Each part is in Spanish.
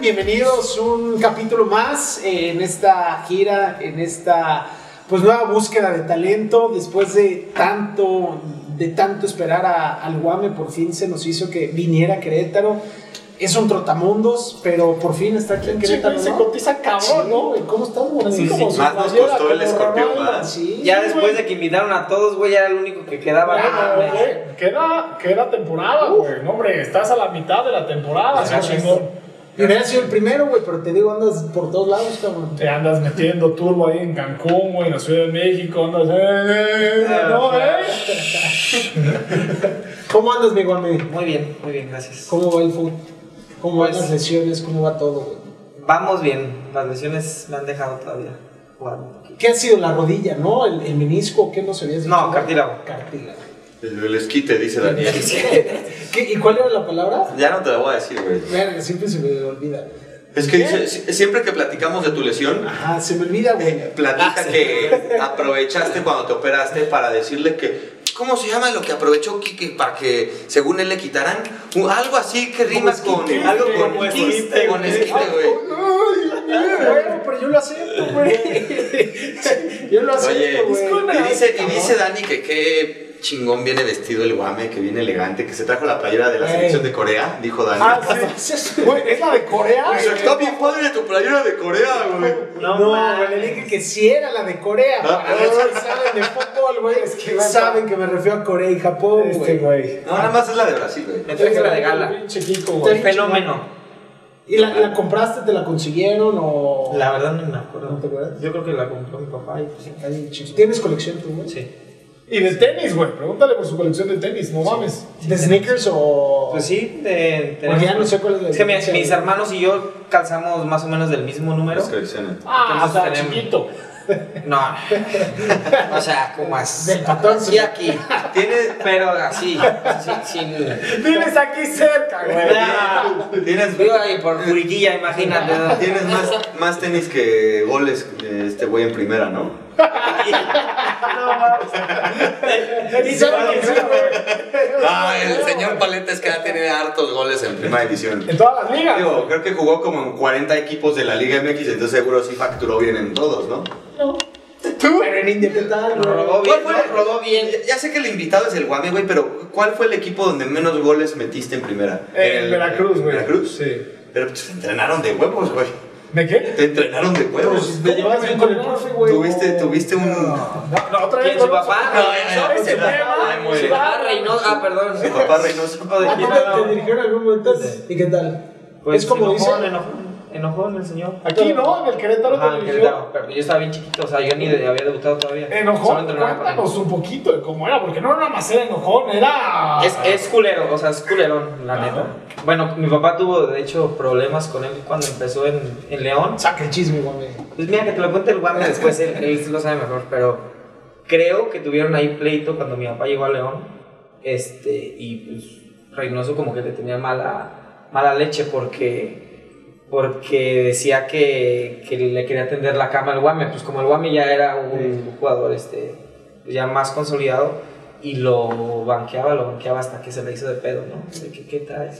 Bienvenidos un capítulo más en esta gira, en esta pues nueva búsqueda de talento. Después de tanto esperar al Guame, por fin se nos hizo que viniera a Querétaro. Es un trotamundos, pero por fin está aquí en Querétaro, ¿no? Se cotiza cabrón, ¿no? ¿Cómo estás, güey? Así como más nos costó el escorpión, ¿verdad? Sí, ya después de que invitaron a todos, güey, ya era el único que quedaba. Queda temporada, güey. No, hombre, estás a la mitad de la temporada. Y hubiera sido el primero, güey, pero te digo, andas por todos lados, cabrón. Te andas metiendo turbo ahí en Cancún, güey, en la Ciudad de México. Andas, ¿Cómo andas, mi Guame? Muy bien, gracias. ¿Cómo va el fútbol? ¿Cómo van Pues, las lesiones? ¿Cómo va todo, güey? Vamos bien, las lesiones me han dejado todavía jugar un poquito. ¿Qué ha sido la rodilla, no? ¿El menisco? ¿Qué no se había dicho? No, cartílago. Cartílago. El esquite, dice Daniel. ¿Y cuál era la palabra? Ya no te la voy a decir, güey. Verga, siempre se me olvida. Es que dice, siempre que platicamos de tu lesión, Ajá, se me olvida, güey. platica que aprovechaste cuando te operaste para decirle que, ¿cómo se llama lo que aprovechó Quique para que, según él, le quitaran? Algo así que rima con algo con esquite, güey. Bueno, pero yo lo acepto, güey. Yo lo acepto, güey. Oye, y dice Dani que qué chingón viene vestido el Guame, que viene elegante, que se trajo la playera de la selección de Corea, dijo Dani. Sí. Güey, ¿es la de Corea? Pues está bien padre tu playera de Corea, güey. No, güey, le dije que sí era la de Corea. Para ver si saben de fútbol, güey. Es que saben que me refiero a Corea y Japón, güey. No, nada más es la de Brasil, güey. Me traje la de gala. Pinche Kiko, güey. El fenómeno. ¿Y la compraste, te la consiguieron o...? La verdad no me acuerdo. ¿No te acuerdas? Yo creo que la compró mi papá y pues sí. Ay, chico. ¿Tienes colección tú, güey? Sí. Y de tenis, güey. Pregúntale por su colección de tenis, no mames. ¿De sneakers o...? Pues sí, Porque ya no sé cuál es la Es que diferencia, mis güey. hermanos y yo calzamos más o menos del mismo número. Las colecciones. Hasta Entonces tenemos- chiquito. No, o sea, como así. Del patrón, Sí, aquí. Pero así, sin. Tienes aquí cerca, güey. Tienes, Vivo ahí por Juriquilla, imagínate. ¿no? tienes más tenis que goles este güey en primera, ¿no? Y saben que sí, güey. El señor Paletes que ya tiene hartos goles en primera división. En todas las ligas. Digo, creo que jugó como en 40 equipos de la Liga MX, entonces seguro sí facturó bien en todos, ¿no? Pero en India, ¿qué tal, güey? Rodó bien, rodó bien. Ya sé que el invitado es el Guami, güey, pero ¿cuál fue el equipo donde menos goles metiste en primera? En Veracruz, güey. ¿Veracruz? Sí. Pero pues, te entrenaron de huevos, güey. ¿De qué? Te entrenaron de huevos. Me llevas bien con el profe, güey. Tuviste un... No, otra vez. ¿Quién? ¿Su papá? Ese tema. Ay, muere. Ah, Reynoso. Perdón. Su papá Reynoso. ¿Te dirigieron algún momento? ¿Y qué tal? Pues Es como dice... enojón el señor. Aquí no, en el Querétaro Ajá, te dirigió. Querétaro, pero yo estaba bien chiquito, o sea, yo ni había debutado todavía. Solo Enojón, entrenaba con él. cuéntanos un poquito de cómo era, porque no nada más era enojón, era... Es culero, o sea, es culerón, la neta. Bueno, mi papá tuvo, de hecho, problemas con él cuando empezó en León. Saca el chisme, güey. Pues mira, que te lo cuente el Guame después, él lo sabe mejor, pero creo que tuvieron ahí pleito cuando mi papá llegó a León, y pues Reynoso como que le tenía mala leche porque decía que le quería tender la cama al Guame, pues como el Guame ya era un jugador ya más consolidado y lo banqueaba hasta que se le hizo de pedo, ¿no? De que, ¿qué traes?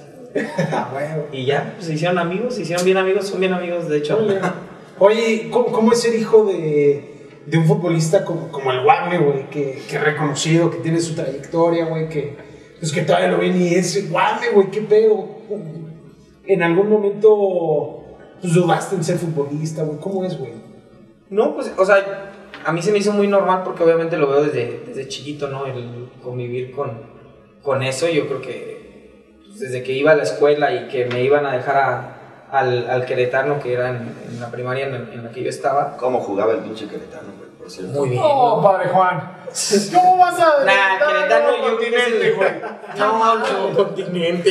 Y ya, pues se hicieron amigos, se hicieron bien amigos, son bien amigos, de hecho. Oye, ¿cómo es ser hijo de un futbolista como el Guame, güey? Que reconocido, que tiene su trayectoria, güey, que todavía lo ven y es Guame, güey, qué pedo. ¿En algún momento pues, dudaste en ser futbolista, güey? ¿Cómo es, güey? No, pues, o sea, a mí se me hizo muy normal porque obviamente lo veo desde chiquito, ¿no? El convivir con eso. Yo creo que pues, desde que iba a la escuela y que me iban a dejar al Querétaro, que era en la primaria en la que yo estaba. ¿Cómo jugaba el pinche Querétano, güey? Por cierto. Muy bien. No, padre Juan. ¿Cómo vas a Querétaro, yo continente, güey? No, continente.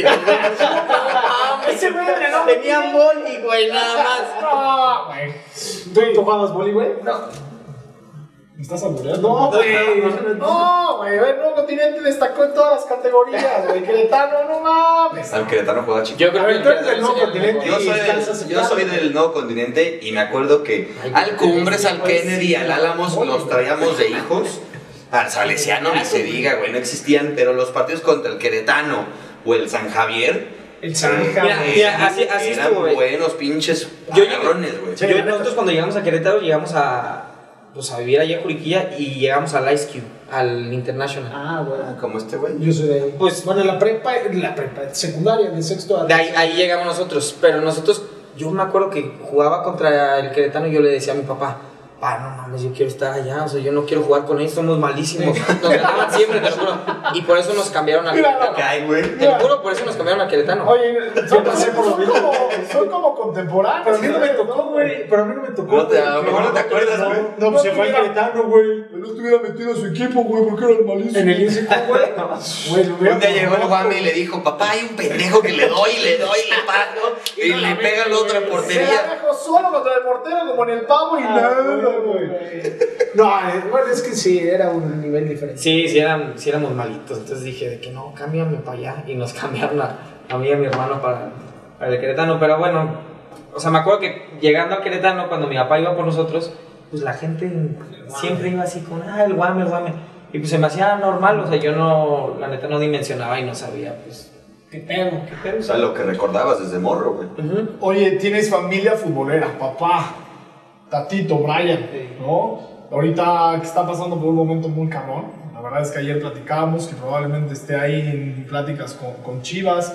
Ese güey tenía boli, güey, nada más. No, güey. ¿Tú jugabas boli, güey? No. ¿Me estás albureando? No, güey. No, güey. El nuevo continente destacó en todas las categorías, güey. Querétaro, no mames. Al Querétano juega chiquito. Yo creo A que ver, tú eres del nuevo continente. Yo soy del nuevo continente y me acuerdo que al Cumbres, al Kennedy, al Álamos los traíamos de hijos. Al Salesiano ni se diga, güey, no existían, pero los partidos contra el Querétano o el San Javier El Zanja, Mira, así Eran estuvo, güey. buenos pinches Yo llegué- agarrones, güey. Sí, Nosotros cuando llegamos a Querétaro llegamos a vivir allá a Juriquilla y llegamos al Ice Cube, al International. Ah, bueno. Como este güey. Yo soy de ahí. Pues- bueno, la prepa secundaria, de sexto a... De ahí llegamos nosotros, pero nosotros, yo me acuerdo que jugaba contra el Querétano y yo le decía a mi papá, no mames, yo quiero estar allá, o sea, yo no quiero jugar con ellos, somos malísimos. Nos ganaban siempre, te lo juro. Y por eso nos cambiaron al Querétano. Ay, güey. Te lo juro, por eso nos cambiaron al Querétano. Oye, son, pasé por lo mismo. son como contemporáneos. Pero a mí no me tocó, güey. Pero a mí no me tocó. No te- güey. a lo mejor no te acuerdas, güey. No, pues se fue al Querétano, güey. No estuviera metido a su equipo, güey, porque era el malísimo. En el ISECO, güey. Güey, lo hubiera Un día llegó el probado. Guame y le dijo, papá, hay un pendejo que le doy, le pago y le pega a la otra Se la portería. dejó solo contra el portero, como en el pavo y nada, güey. No, bueno, es que sí, era un nivel diferente. Sí, éramos malitos, entonces dije de que no, cámbiame para allá. Y nos cambiaron a mí y a mi hermano para el Querétano, pero bueno, o sea, me acuerdo que llegando a Querétano, cuando mi papá iba por nosotros, pues la gente siempre iba así con, el Guame. Y pues se me hacía normal, o sea, yo no, la neta no dimensionaba y no sabía, pues, ¿Qué pedo? O sea, lo que recordabas desde morro, güey. Oye, tienes familia futbolera, papá, Tatito, Brian, ¿no? Ahorita que está pasando por un momento muy cabrón. La verdad es que ayer platicábamos que probablemente esté ahí en pláticas con Chivas.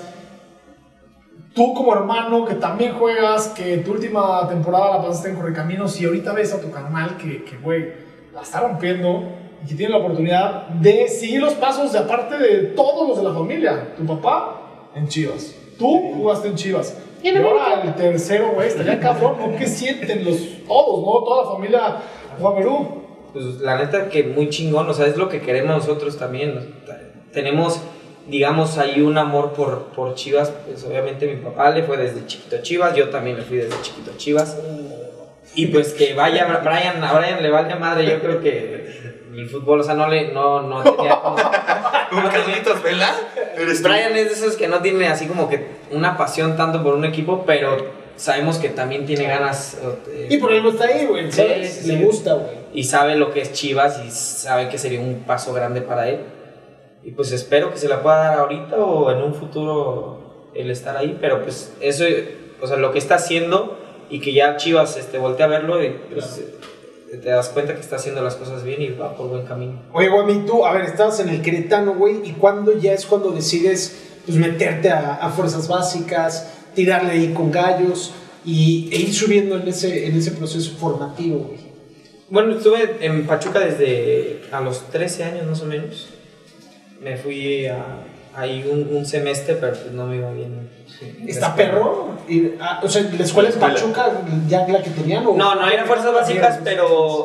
Tú como hermano que también juegas, que tu última temporada la pasaste en Correcaminos y ahorita ves a tu carnal que güey, la está rompiendo y que tiene la oportunidad de seguir los pasos de aparte de todos los de la familia. Tu papá en Chivas, tú jugaste en Chivas. Y ahora el tercero, güey, estaría cabrón, ¿no? ¿Qué sienten todos, no? Toda la familia Juan Perú. pues la neta que muy chingón, o sea, es lo que queremos nosotros también. Tenemos, digamos, ahí un amor por Chivas, pues obviamente mi papá le fue desde chiquito a Chivas, yo también le fui desde chiquito a Chivas. Y pues que vaya, a Brian le vale madre, yo creo que el fútbol, o sea, no tenía como... ¿Un Carlitos Vela? ¿Eres tú? Brian es de esos que no tiene así como que una pasión tanto por un equipo, pero sabemos que también tiene ganas. Y por algo está ahí, güey. ¿Sabes? Sí. Le gusta, güey. Y sabe lo que es Chivas y sabe que sería un paso grande para él. Y pues espero que se la pueda dar ahorita o en un futuro el estar ahí, pero pues eso, o sea, lo que está haciendo y que ya Chivas voltea a verlo y pues, te das cuenta que está haciendo las cosas bien y va por buen camino. Oye, güey, tú, a ver, estabas en el Querétano, güey, ¿y cuándo ya es cuando decides pues meterte a fuerzas básicas, tirarle ahí con gallos e ir subiendo en ese proceso formativo, güey? Bueno, estuve en Pachuca desde a los 13 años más o menos. Me fui ahí un semestre, pero pues no me iba bien. ¿Está perro? O sea, ¿la escuela en Pachuca ya la que tenían? ¿o? No, eran fuerzas básicas, pero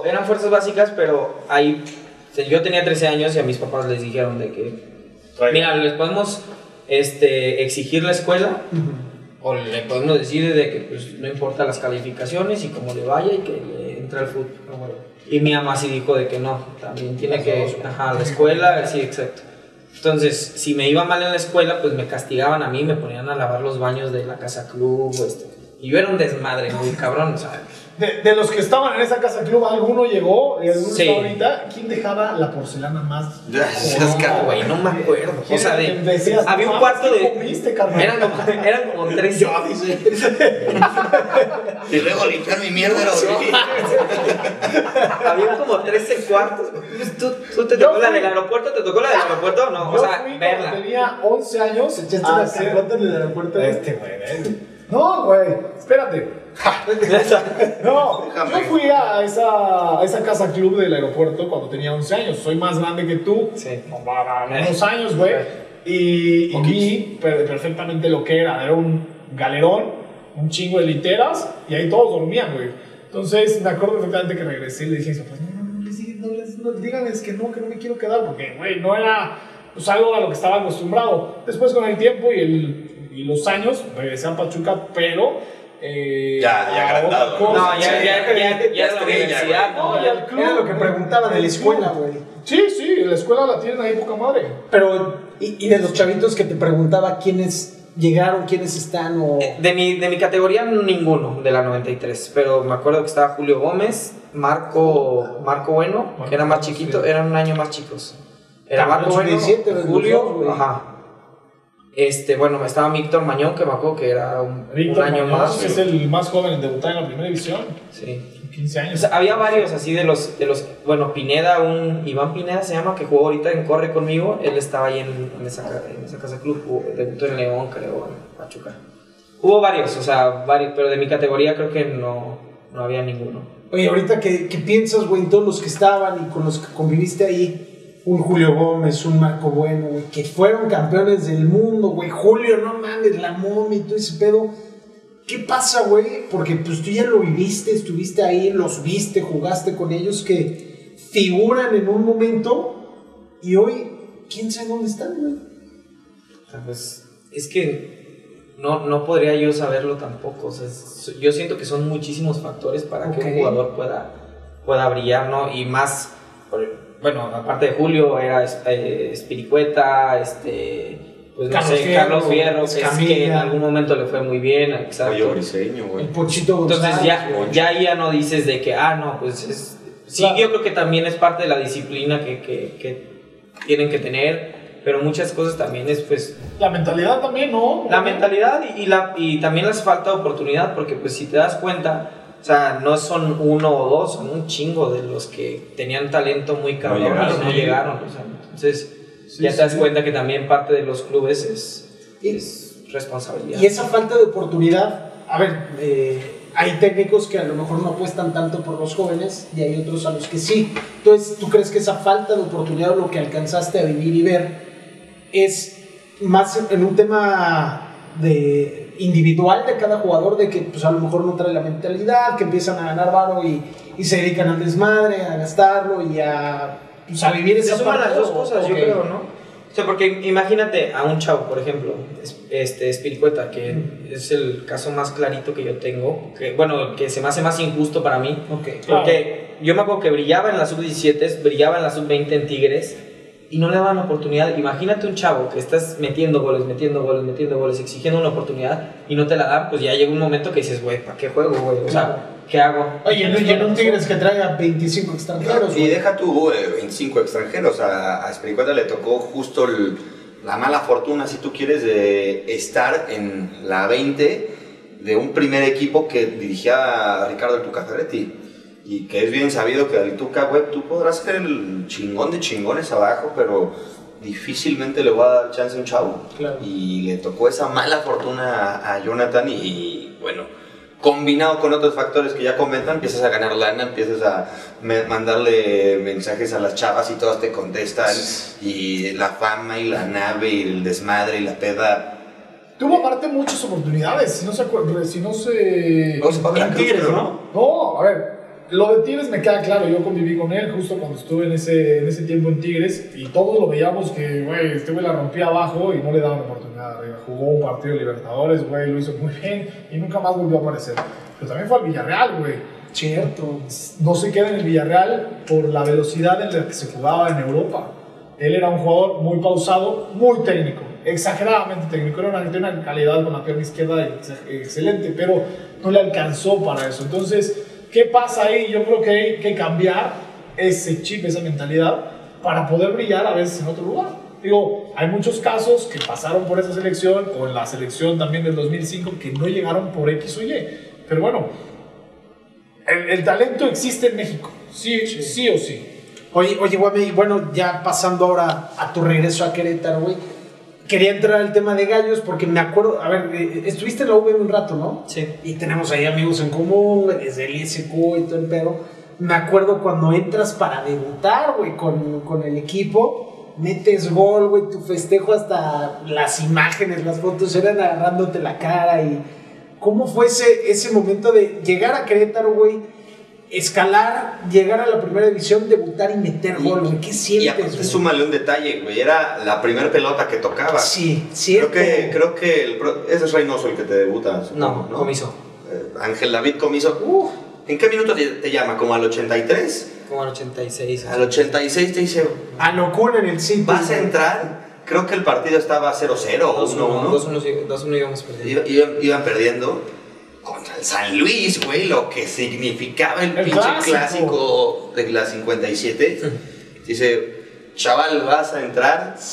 ahí yo tenía 13 años y a mis papás les dijeron de que mira, les podemos exigir la escuela o le podemos decir de que pues no importa las calificaciones y cómo le vaya y que le entre al fútbol. Y mi mamá sí dijo de que no, también tiene que la escuela, sí, exacto. Entonces, si me iba mal en la escuela, pues me castigaban a mí, me ponían a lavar los baños de la casa club, y yo era un desmadre, muy cabrón, o sea. De los que estaban en esa casa club, ¿alguno llegó? ¿Y alguno Sí. está ahorita? ¿Quién dejaba la porcelana más? No, güey, no me acuerdo. O sea, Decías, había un "No, cuarto ¿qué de. comiste, carnal?" Eran como 3. Yo, dice. Y luego limpiar mi mierda era horrible. Había como 13 cuartos. ¿Tú te tocó la del aeropuerto? ¿Te tocó la del aeropuerto o no? O Yo sea, fui verla. cuando tenía 11 años. ¿Echaste a la hacer- carrota en el aeropuerto? güey. No, güey, espérate. No, Déjame. yo fui a esa casa club del aeropuerto cuando tenía 11 años. Soy más grande que tú. Sí. Unos años, güey. Y vi perfectamente lo que era. Era un galerón, un chingo de literas, y ahí todos dormían, güey. Entonces, me acuerdo perfectamente que regresé y le dije a mis papás, no, díganles que no me quiero quedar, porque, güey, no era pues, algo a lo que estaba acostumbrado. Después, con el tiempo y los años, regresé a Pachuca, pero... Ya agrandado, ¿no? No, ya es la universidad, No, ya el club. Era lo que preguntaba de la escuela, güey. Sí, la escuela la tienen ahí poca madre. Pero, y de los chavitos que te preguntaba quiénes llegaron, quiénes están o... De mi categoría ninguno, de la 93, pero me acuerdo que estaba Julio Gómez, Marco Bueno, que era más chiquito, eran un año más chicos. Era Cabrón, Marco Bueno, sub-17, los Julio, dos, güey. ajá. Bueno, estaba Víctor Mañón, que me acuerdo que era un año Mañón, más. es el más joven en debutar en la primera división. Sí. 15 años. O sea, había varios así de los, bueno, Pineda, Iván Pineda se llama, que jugó ahorita en Corre conmigo. Él estaba ahí en esa casa club, debutó en León, creo, en Pachuca. Hubo varios, pero de mi categoría creo que no había ninguno. Oye, ahorita que piensas, güey, en todos los que estaban y con los que conviviste ahí, un Julio Gómez, un Marco Bueno, güey, que fueron campeones del mundo, güey, Julio, no mames, la momia y todo ese pedo. ¿Qué pasa, güey? Porque pues tú ya lo viviste, estuviste ahí, los viste, jugaste con ellos, que figuran en un momento y hoy, ¿quién sabe dónde están, güey? Pues es que no podría yo saberlo tampoco. O sea, yo siento que son muchísimos factores para que un jugador pueda brillar, ¿no? Y más, bueno, aparte de Julio, era Spiricueta, pues no sé, Carlos Fierro, que en algún momento le fue muy bien, exacto. Pollo Briseño, güey. El Pochito González. Entonces ya no dices de que, no, pues sí, claro. Yo creo que también es parte de la disciplina que tienen que tener. Pero muchas cosas también es, pues... La mentalidad también, ¿no? La mentalidad y también les falta oportunidad, porque pues si te das cuenta, o sea, no son uno o dos, son un chingo de los que tenían talento muy cabrón y no llegaron. O sea, entonces ya te das cuenta que también parte de los clubes es responsabilidad. Y esa falta de oportunidad, a ver, hay técnicos que a lo mejor no apuestan tanto por los jóvenes y hay otros a los que sí. Entonces, ¿tú crees que esa falta de oportunidad o lo que alcanzaste a vivir y ver es más en un tema de individual de cada jugador, de que pues a lo mejor no trae la mentalidad, que empiezan a ganar varo y se dedican al desmadre, a gastarlo y a vivir esa parte? Se suman las dos cosas, yo creo, ¿no? O sea, porque imagínate a un chavo, por ejemplo, Spiricueta, que es el caso más clarito que yo tengo, que se me hace más injusto para mí, porque yo me acuerdo que brillaba en la sub-17, brillaba en la sub-20 en Tigres, y no le daban oportunidad. Imagínate un chavo que estás metiendo goles, exigiendo una oportunidad y no te la dan, pues ya llega un momento que dices, güey, ¿para qué juego, güey? O sea, ¿qué hago? Oye, y en un Tigres que trae a 25 extranjeros. Y deja tú 25 extranjeros. A Spiricueta le tocó justo la mala fortuna, si tú quieres, de estar en la 20 de un primer equipo que dirigía a Ricardo el Tuca Ferretti. Y que es bien sabido que al Tuca, güey, tú podrás ser el chingón de chingones abajo, pero difícilmente le va a dar chance a un chavo. Claro. Y le tocó esa mala fortuna a Jonathan y bueno, combinado con otros factores que ya comentan, empiezas a ganar lana, empiezas a mandarle mensajes a las chavas y todas te contestan. Y la fama y la nave y el desmadre y la peda. Tuvo aparte muchas oportunidades, si no se... En Tigres, ¿no? No, a ver... Lo de Tigres me queda claro, yo conviví con él justo cuando estuve en ese tiempo en Tigres y todos lo veíamos que, güey, este güey la rompía abajo y no le daban oportunidad arriba. Jugó un partido de Libertadores, güey, lo hizo muy bien y nunca más volvió a aparecer. Pero también fue al Villarreal, güey. Cierto. No se queda en el Villarreal por la velocidad en la que se jugaba en Europa. Él era un jugador muy pausado, muy técnico, exageradamente técnico. Era una calidad con la pierna izquierda excelente, pero no le alcanzó para eso. Entonces... ¿qué pasa ahí? Yo creo que hay que cambiar ese chip, esa mentalidad, para poder brillar a veces en otro lugar. Digo, hay muchos casos que pasaron por esa selección, o en la selección también del 2005, que no llegaron por X o Y. Pero bueno, el talento existe en México, sí o sí. Oye, güey, bueno, ya pasando ahora a tu regreso a Querétaro, güey. Quería entrar al tema de Gallos porque me acuerdo, a ver, estuviste en la UV un rato, ¿no? Sí. Y tenemos ahí amigos en común, desde el ISQ y todo el pedo. Me acuerdo cuando entras para debutar, güey, con el equipo, metes gol, güey, tu festejo, hasta las imágenes, las fotos eran agarrándote la cara. Y ¿cómo fue ese momento de llegar a Querétaro, güey? Escalar, llegar a la primera división, debutar y meter gol, güey. ¿Qué sientes, güey? Y súmale un detalle, güey. Era la primera pelota que tocaba. Sí, cierto. Creo que ese es Reynoso el que te debuta. No, Comiso. Ángel David Comiso. ¿En qué minuto te llama? ¿Como al 83? Como al 86. Al 86 te dice... A locura en el sitio. ¿Vas a entrar? Creo que el partido estaba 0-0 o 1-1. 2-1 íbamos perdiendo. Iban perdiendo contra el San Luis, güey, lo que significaba el pinche clásico de la 57. Dice, chaval, vas a entrar.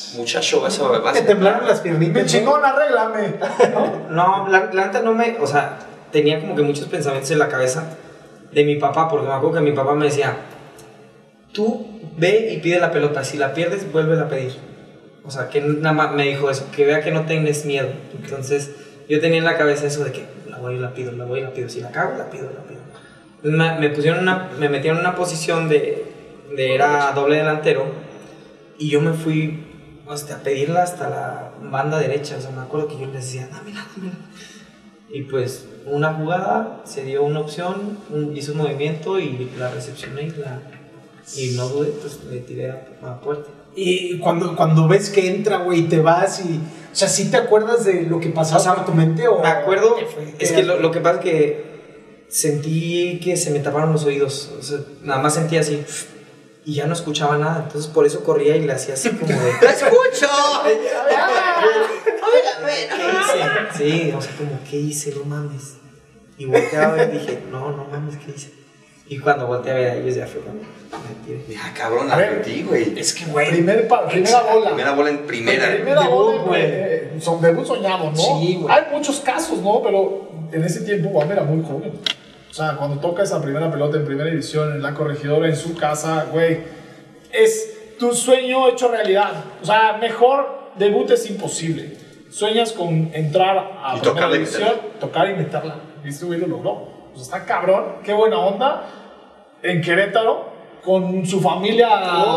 muchacho, eso me Te pasa. temblaron las piernitas. Mi chingón, arréglame. No, la neta no me, o sea, tenía como que muchos pensamientos en la cabeza de mi papá, porque me acuerdo que mi papá me decía, tú ve y pide la pelota, si la pierdes, vuélvela a pedir. O sea, que nada más me dijo eso, que vea que no tengas miedo. Entonces, yo tenía en la cabeza eso de que la voy y la pido, si la cago, la pido. Me metieron en una posición de era doble delantero y yo me fui a pedirla hasta la banda derecha. O sea, me acuerdo que yo les decía, dámela. Y pues una jugada, se dio una opción, hizo un movimiento y la recepcioné y no dudé, pues le tiré a la puerta. Y cuando ves que entra, güey, te vas y... O sea, ¿sí te acuerdas de lo que pasaba por tu mente? ¿O me acuerdo, fue? es que lo que pasa es que sentí que se me taparon los oídos. O sea, nada más sentía así y ya no escuchaba nada. Entonces por eso corría y le hacía así como de... ¡Te escucho! ¿Qué hice? Sí, o sea, como, ¿qué hice? No mames. Y volteaba a ver y dije, no mames, ¿qué hice? Y cuando volteé a ver a ellos ya fue cuando me tiré. Ya, cabrón, A ver, a ti, güey. Es que, güey... Primera bola. Primera bola en primera. Primera Debut, bola, güey. son debut soñado, ¿no? Sí, güey. Hay muchos casos, ¿no? Pero en ese tiempo Guam era muy joven. O sea, cuando toca esa primera pelota en primera división, en la corregidora, en su casa, güey, es tu sueño hecho realidad. O sea, mejor debut es imposible. Sueñas con entrar a Y primera tocarla y división, tocar y meterla. Y este güey lo logró. Pues está cabrón, qué buena onda. En Querétaro, con su familia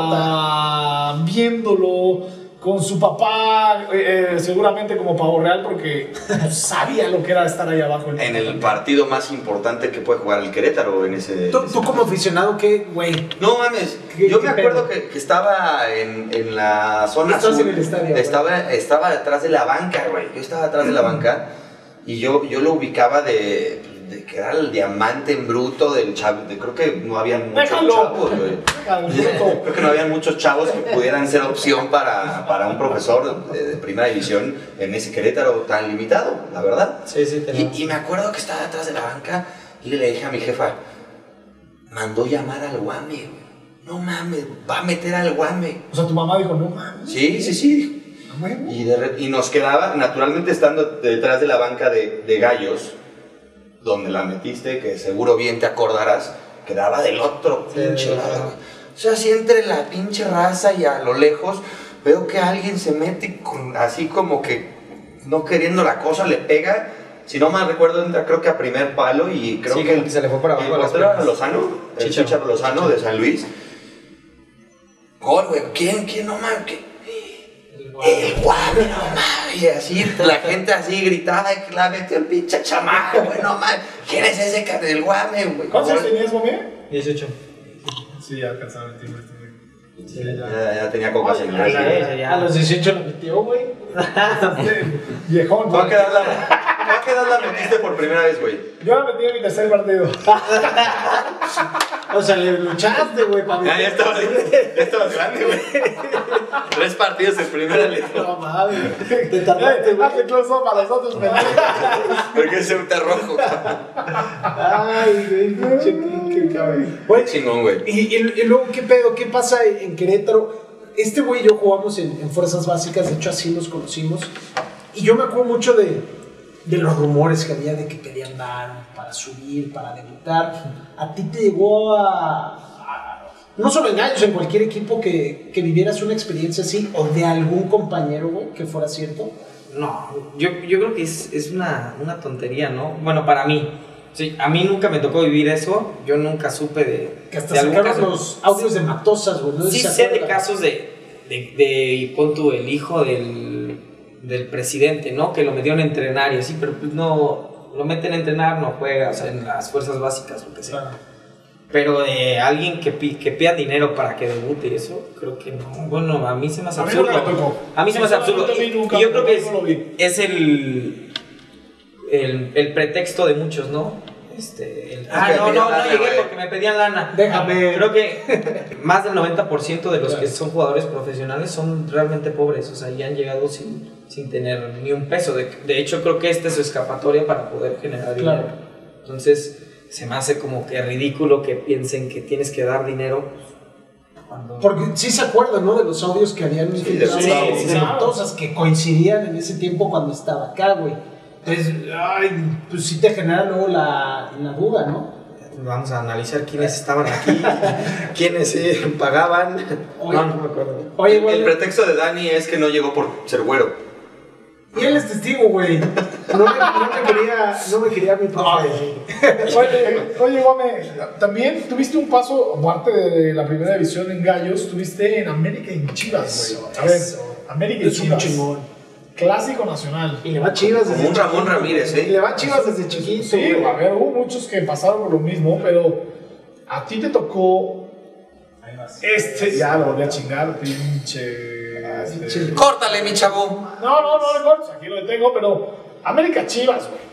viéndolo, con su papá, seguramente como pavo real, porque sabía lo que era estar ahí abajo. En el partido más importante que puede jugar el Querétaro en ese... ¿Tú como aficionado qué, güey? No mames, ¿Qué- yo qué me acuerdo pedo? que estaba en la zona Estabas sur. en el estadio, güey. Estaba detrás de la banca, güey. Yo estaba detrás de la banca y yo lo ubicaba de que era el diamante en bruto del chavo. Creo que no habían muchos Déjalo. chavos, güey. Creo que no habían muchos chavos que pudieran ser opción para un profesor de primera división en ese Querétaro tan limitado, la verdad. Sí, tenemos. Y me acuerdo que estaba detrás de la banca y le dije a mi jefa, mandó llamar al Guame, güey. No mames, va a meter al Guame. O sea, tu mamá dijo, no mames. Sí. Ah, bueno. Y nos quedaba, naturalmente estando detrás de la banca de Gallos, donde la metiste, que seguro bien te acordarás, quedaba del otro pinche lado, güey. O sea, así entre la pinche raza y a lo lejos, veo que alguien se mete así como que no queriendo la cosa, le pega. Si no mal recuerdo, entra creo que a primer palo y creo Sí, que como que se le fue para abajo el a las portero era piernas. Lozano, el Chicharo. Chicharo Lozano de San Luis. Gol, güey. ¿Quién? No mames. El Guame, no mames. Y así, la gente así gritaba que la metió el pinche chamaco, güey. No mames. ¿Quién es ese del Guame, güey? ¿Cuántos años tenías, mami? 18. Sí, ya alcanzaba el tiempo este güey. Sí, Ya tenía copas en Ay, casa. ya. A los 18 lo metió, güey. Viejón. ¿Tú a qué edad la metiste por primera vez, güey? Yo la metí en mi tercer partido. O sea, le luchaste, güey, para Ya estabas grande, güey. 3 partidos en primera liga. No mames. Te tardaste, güey. Hace close up a los otros pendejos. Porque es un rojo. Ay, güey, pinche Kike, cabrón. Güey, Chingón, güey. y luego, ¿qué pedo? ¿Qué pasa en Querétaro? Este güey y yo jugamos en Fuerzas Básicas, de hecho así nos conocimos. Y yo me acuerdo mucho de los rumores que había de que querían dar para subir, para debutar. ¿A ti te llegó no solo en Gallos, en cualquier equipo que vivieras una experiencia así, o de algún compañero, güey, que fuera cierto? No, yo creo que es una tontería, ¿no? Bueno, para mí. Sí, a mí nunca me tocó vivir eso. Yo nunca supe Que hasta de algún sacaron caso. los audios de Matosas, güey. ¿No? Sí ¿Se sé de acuerdan? casos de pon tú, el hijo del presidente, ¿no? Que lo metieron a entrenar y así, pero pues no, lo meten a entrenar, no juega, o sea, en las fuerzas básicas, lo que sea. Claro. Pero de alguien que pida dinero para que debute y eso, creo que no. Bueno, a mí se me hace A mí absurdo. nunca me tocó. A mí se me hace absurdo. Sinceramente, a mí nunca Y yo me creo tocó, que no lo vi. es el pretexto de muchos, ¿no? que me No pedían lana, llegué güey. porque me pedían lana. Déjame. Creo que más del 90% de los que son jugadores profesionales son realmente pobres, o sea, ya han llegado sin tener ni un peso. De hecho, creo que esta es su escapatoria para poder generar Claro. dinero. Entonces, se me hace como que ridículo que piensen que tienes que dar dinero Porque sí se acuerdan, ¿no? De los audios que habían filtrado de Matosas que coincidían en ese tiempo cuando estaba acá, güey. Entonces, pues sí te genera luego la duda, ¿no? Vamos a analizar quiénes estaban aquí, quiénes pagaban. Oye, no me acuerdo. Oye, el pretexto de Dani es que no llegó por ser güero. Y él es testigo, güey. No me quería mi profe. Oye, Guame, también tuviste un paso, aparte de la primera división en Gallos, tuviste en América y en Chivas, güey. A ver, América y Chivas. Clásico nacional. Y le va Chivas desde chiquito. Ramón Ramírez, ¿eh? Y le va Chivas desde chiquito. Sí, a ver, hubo muchos que pasaron por lo mismo, pero a ti te tocó. Ya lo volví a chingar, pinche. Córtale, mi chavo. No, aquí lo detengo, pero América Chivas, güey.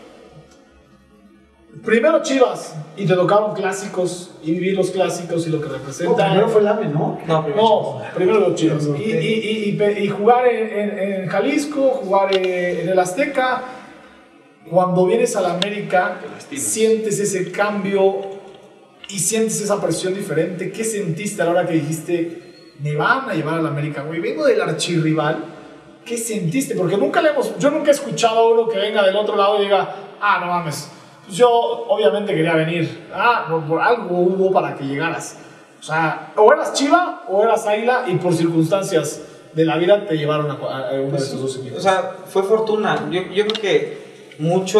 Primero Chivas, y te tocaron clásicos, y vivir los clásicos y lo que representan. Primero fue el AME, ¿no? Primero los Chivas. Y jugar en Jalisco, jugar en el Azteca. Cuando vienes a la América, sientes ese cambio y sientes esa presión diferente. ¿Qué sentiste a la hora que dijiste, me van a llevar a la América, güey? Vengo del archirrival. ¿Qué sentiste? Porque yo nunca he escuchado a uno que venga del otro lado y diga, no mames. Pues yo obviamente quería venir. Por algo hubo para que llegaras. O sea, o eras Chiva o eras Águila y por circunstancias de la vida te llevaron a uno de esos dos equipos. O sea, fue fortuna. Yo creo que mucho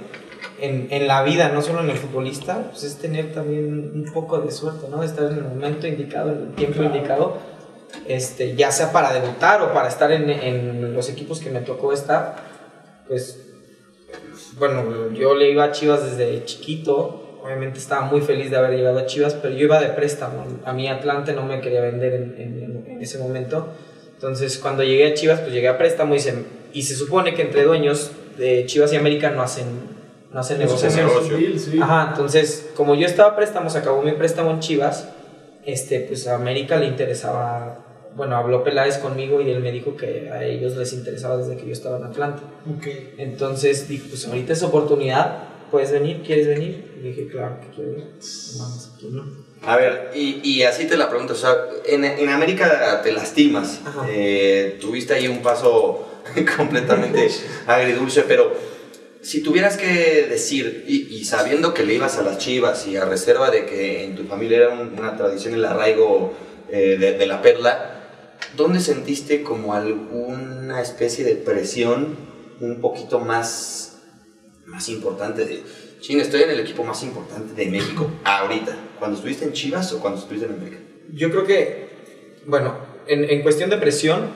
en la vida, no solo en el futbolista, pues es tener también un poco de suerte, ¿no? De estar en el momento indicado, en el tiempo indicado, ya sea para debutar o para estar en los equipos que me tocó estar. Pues bueno, yo le iba a Chivas desde chiquito. Obviamente estaba muy feliz de haber llegado a Chivas, pero yo iba de préstamo. A mí Atlante no me quería vender en ese momento. Entonces cuando llegué a Chivas, pues llegué a préstamo y se supone que entre dueños de Chivas y América no hacen negociaciones. Sí. Ajá, entonces como yo estaba a préstamo, se acabó mi préstamo en Chivas, pues a América le interesaba. Bueno, habló Peláez conmigo y él me dijo que a ellos les interesaba desde que yo estaba en Atlanta. Okay. Entonces dije, pues ahorita es oportunidad, ¿puedes venir? ¿Quieres venir? Y dije, claro que quiero ir. Vamos, aquí no. A ver, y así te la pregunto, o sea, en América te lastimas, tuviste ahí un paso completamente agridulce, pero si tuvieras que decir, y sabiendo que le ibas a las Chivas y a reserva de que en tu familia era una tradición el arraigo de la Perla, ¿dónde sentiste como alguna especie de presión un poquito más importante de, estoy en el equipo más importante de México ahorita? ¿Cuando estuviste en Chivas o cuando estuviste en América? Yo creo que, bueno, en cuestión de presión,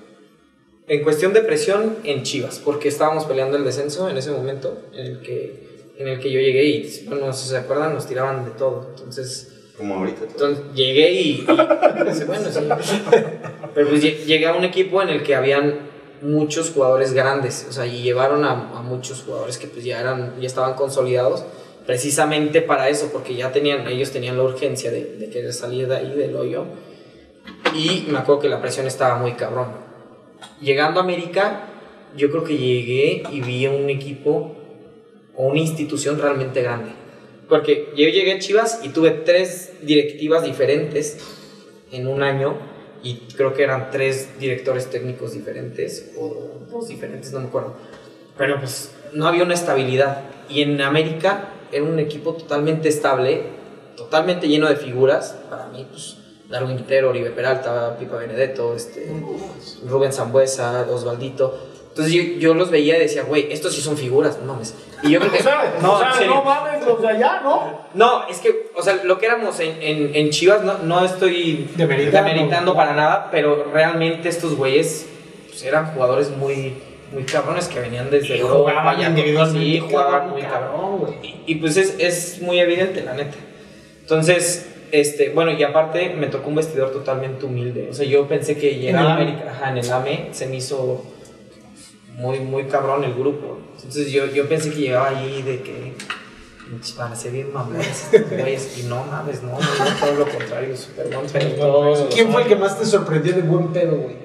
en Chivas, porque estábamos peleando el descenso en ese momento en el que yo llegué y, bueno, si se acuerdan, nos tiraban de todo, entonces... Como ahorita. Entonces llegué y bueno, sí. Pero pues llegué a un equipo en el que habían muchos jugadores grandes, o sea, y llevaron a muchos jugadores que pues ya estaban consolidados, precisamente para eso, porque ellos tenían la urgencia de querer salir de ahí, del hoyo, y me acuerdo que la presión estaba muy cabrón. Llegando a América, yo creo que llegué y vi un equipo o una institución realmente grande. Porque yo llegué a Chivas y tuve 3 directivas diferentes en un año y creo que eran 3 directores técnicos diferentes o 2 diferentes, no me acuerdo. Pero pues no había una estabilidad. Y en América era un equipo totalmente estable, totalmente lleno de figuras. Para mí, pues Darwin Quintero, Oribe Peralta, Pipa Benedetto, Rubén Sambuesa, Osvaldito. Entonces yo los veía y decía, güey, estos sí son figuras, no mames. Y yo creo que... no mames los de allá, ¿no? No, es que, o sea, lo que éramos en Chivas, no estoy demeritando para nada, pero realmente estos güeyes pues, eran jugadores muy cabrones que venían desde Europa. Jugaban individualmente. Sí, jugaban muy cabrón, güey. Y pues es muy evidente, la neta. Entonces... bueno, y aparte me tocó un vestidor totalmente humilde. O sea, yo pensé que llegar a América, en el AME, se me hizo muy cabrón el grupo. Entonces yo pensé que llegaba allí de que van a ser bien mamones estos güeyes. Y no mames, no, todo lo contrario, súper buen pedo. ¿Quién fue el que más te sorprendió de buen pedo, güey?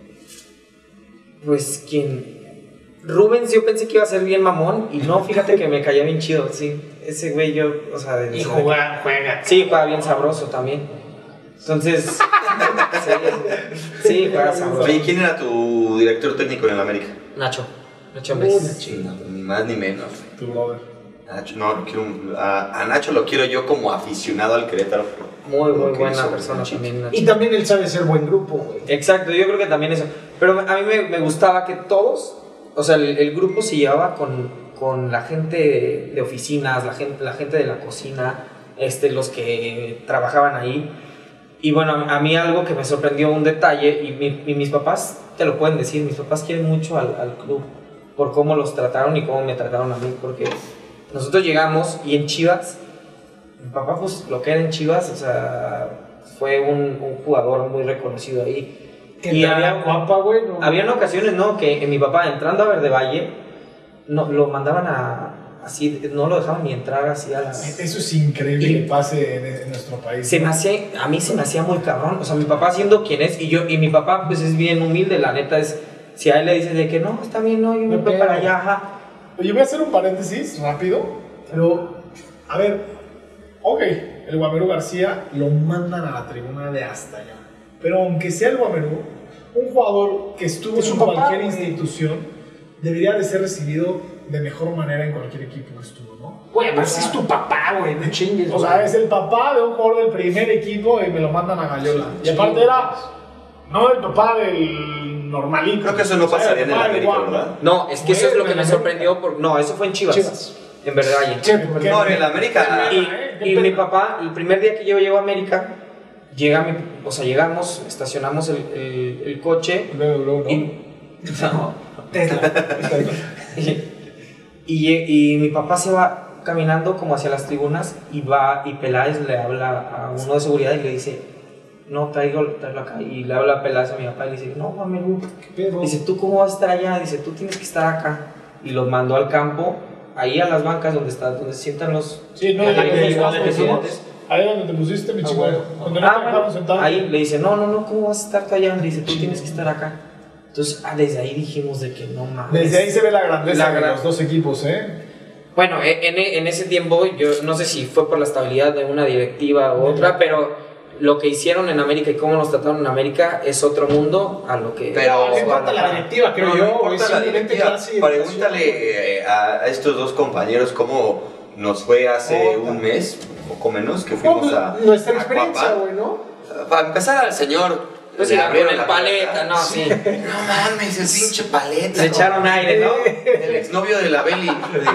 Pues Rubens, yo pensé que iba a ser bien mamón. Y no, fíjate que me caía bien chido, sí. Ese güey yo, o sea... Y juega. Sí, juega bien sabroso también. Entonces, sí, juega sabroso. Oye, ¿quién era tu director técnico en el América? Nacho Ambriz. Sí, no, ni más ni menos. Tu brother. Nacho, no, a Nacho lo quiero yo como aficionado al Querétaro. Muy Lo que buena hizo persona Nachito. también, Nacho. Y también él sabe ser buen grupo, güey. Exacto, yo creo que también eso. Pero a mí me gustaba que todos, o sea, el grupo se llevaba con la gente de oficinas, la gente de la cocina, los que trabajaban ahí. Y bueno, a mí algo que me sorprendió, un detalle, y mis papás te lo pueden decir, mis papás quieren mucho al club por cómo los trataron y cómo me trataron a mí, porque nosotros llegamos y en Chivas, mi papá pues lo que era en Chivas, o sea, fue un jugador muy reconocido ahí. Que Y había guapa, güey. No. habían ocasiones, ¿no? Que mi papá entrando a Verde Valle, no, lo mandaban así, no lo dejaban ni entrar así a las... Eso es increíble que pase en nuestro país. A mí se me hacía muy cabrón, o sea, mi papá siendo quien es, y mi papá pues es bien humilde, la neta es, si a él le dices de que no, está bien, no, yo me voy para allá, ajá. Oye, voy a hacer un paréntesis rápido, pero, a ver, ok, el Guamerú García lo mandan a la tribuna de hasta allá, pero aunque sea el Guamerú, un jugador que estuvo en cualquier institución debería de ser recibido de mejor manera en cualquier equipo que estuvo, ¿no? Güey, además es tu papá, güey, no chingues. O sea, es el papá de un jugador del primer equipo y me lo mandan a Gallola. Y aparte era, no el papá del normalito. Creo que eso no pasaría en el América, ¿verdad? No, es que eso es lo que me sorprendió, no, eso fue en Chivas. En Verde Valle. No, en el América. Y mi papá, el primer día que yo llego a América, llegamos, estacionamos el coche. Luego, ¿no? Y mi papá se va caminando como hacia las tribunas y Peláez le habla a uno de seguridad y le dice, no, tráelo acá. Y le habla a Peláez a mi papá y le dice, no, Guamerú. Dice, ¿tú cómo vas a estar allá? Dice, tú tienes que estar acá. Y los mandó al campo, ahí a las bancas donde se sientan los... Sí, no, presidentes. Ahí donde te pusiste, mi chico. Bueno. Donde no te dejaron sentado. Ahí le dice, no, ¿cómo vas a estar allá? Le dice, tú tienes que estar acá. Entonces, desde ahí dijimos de que no mames. Desde ahí se ve la grandeza de los dos equipos, ¿eh? Bueno, en ese tiempo, yo no sé si fue por la estabilidad de una directiva u otra, pero lo que hicieron en América y cómo nos trataron en América es otro mundo a lo que... Pero no importa la directiva, creo no yo. importa la directiva. Pregúntale a estos dos compañeros cómo nos fue hace un mes, poco menos, que fuimos a nuestra experiencia, güey, ¿no? Para empezar, al señor pues le con abrieron el la paleta, puerta. no, sí. No mames, el pinche paleta. Se echaron aire, ¿no? El exnovio de la Beli.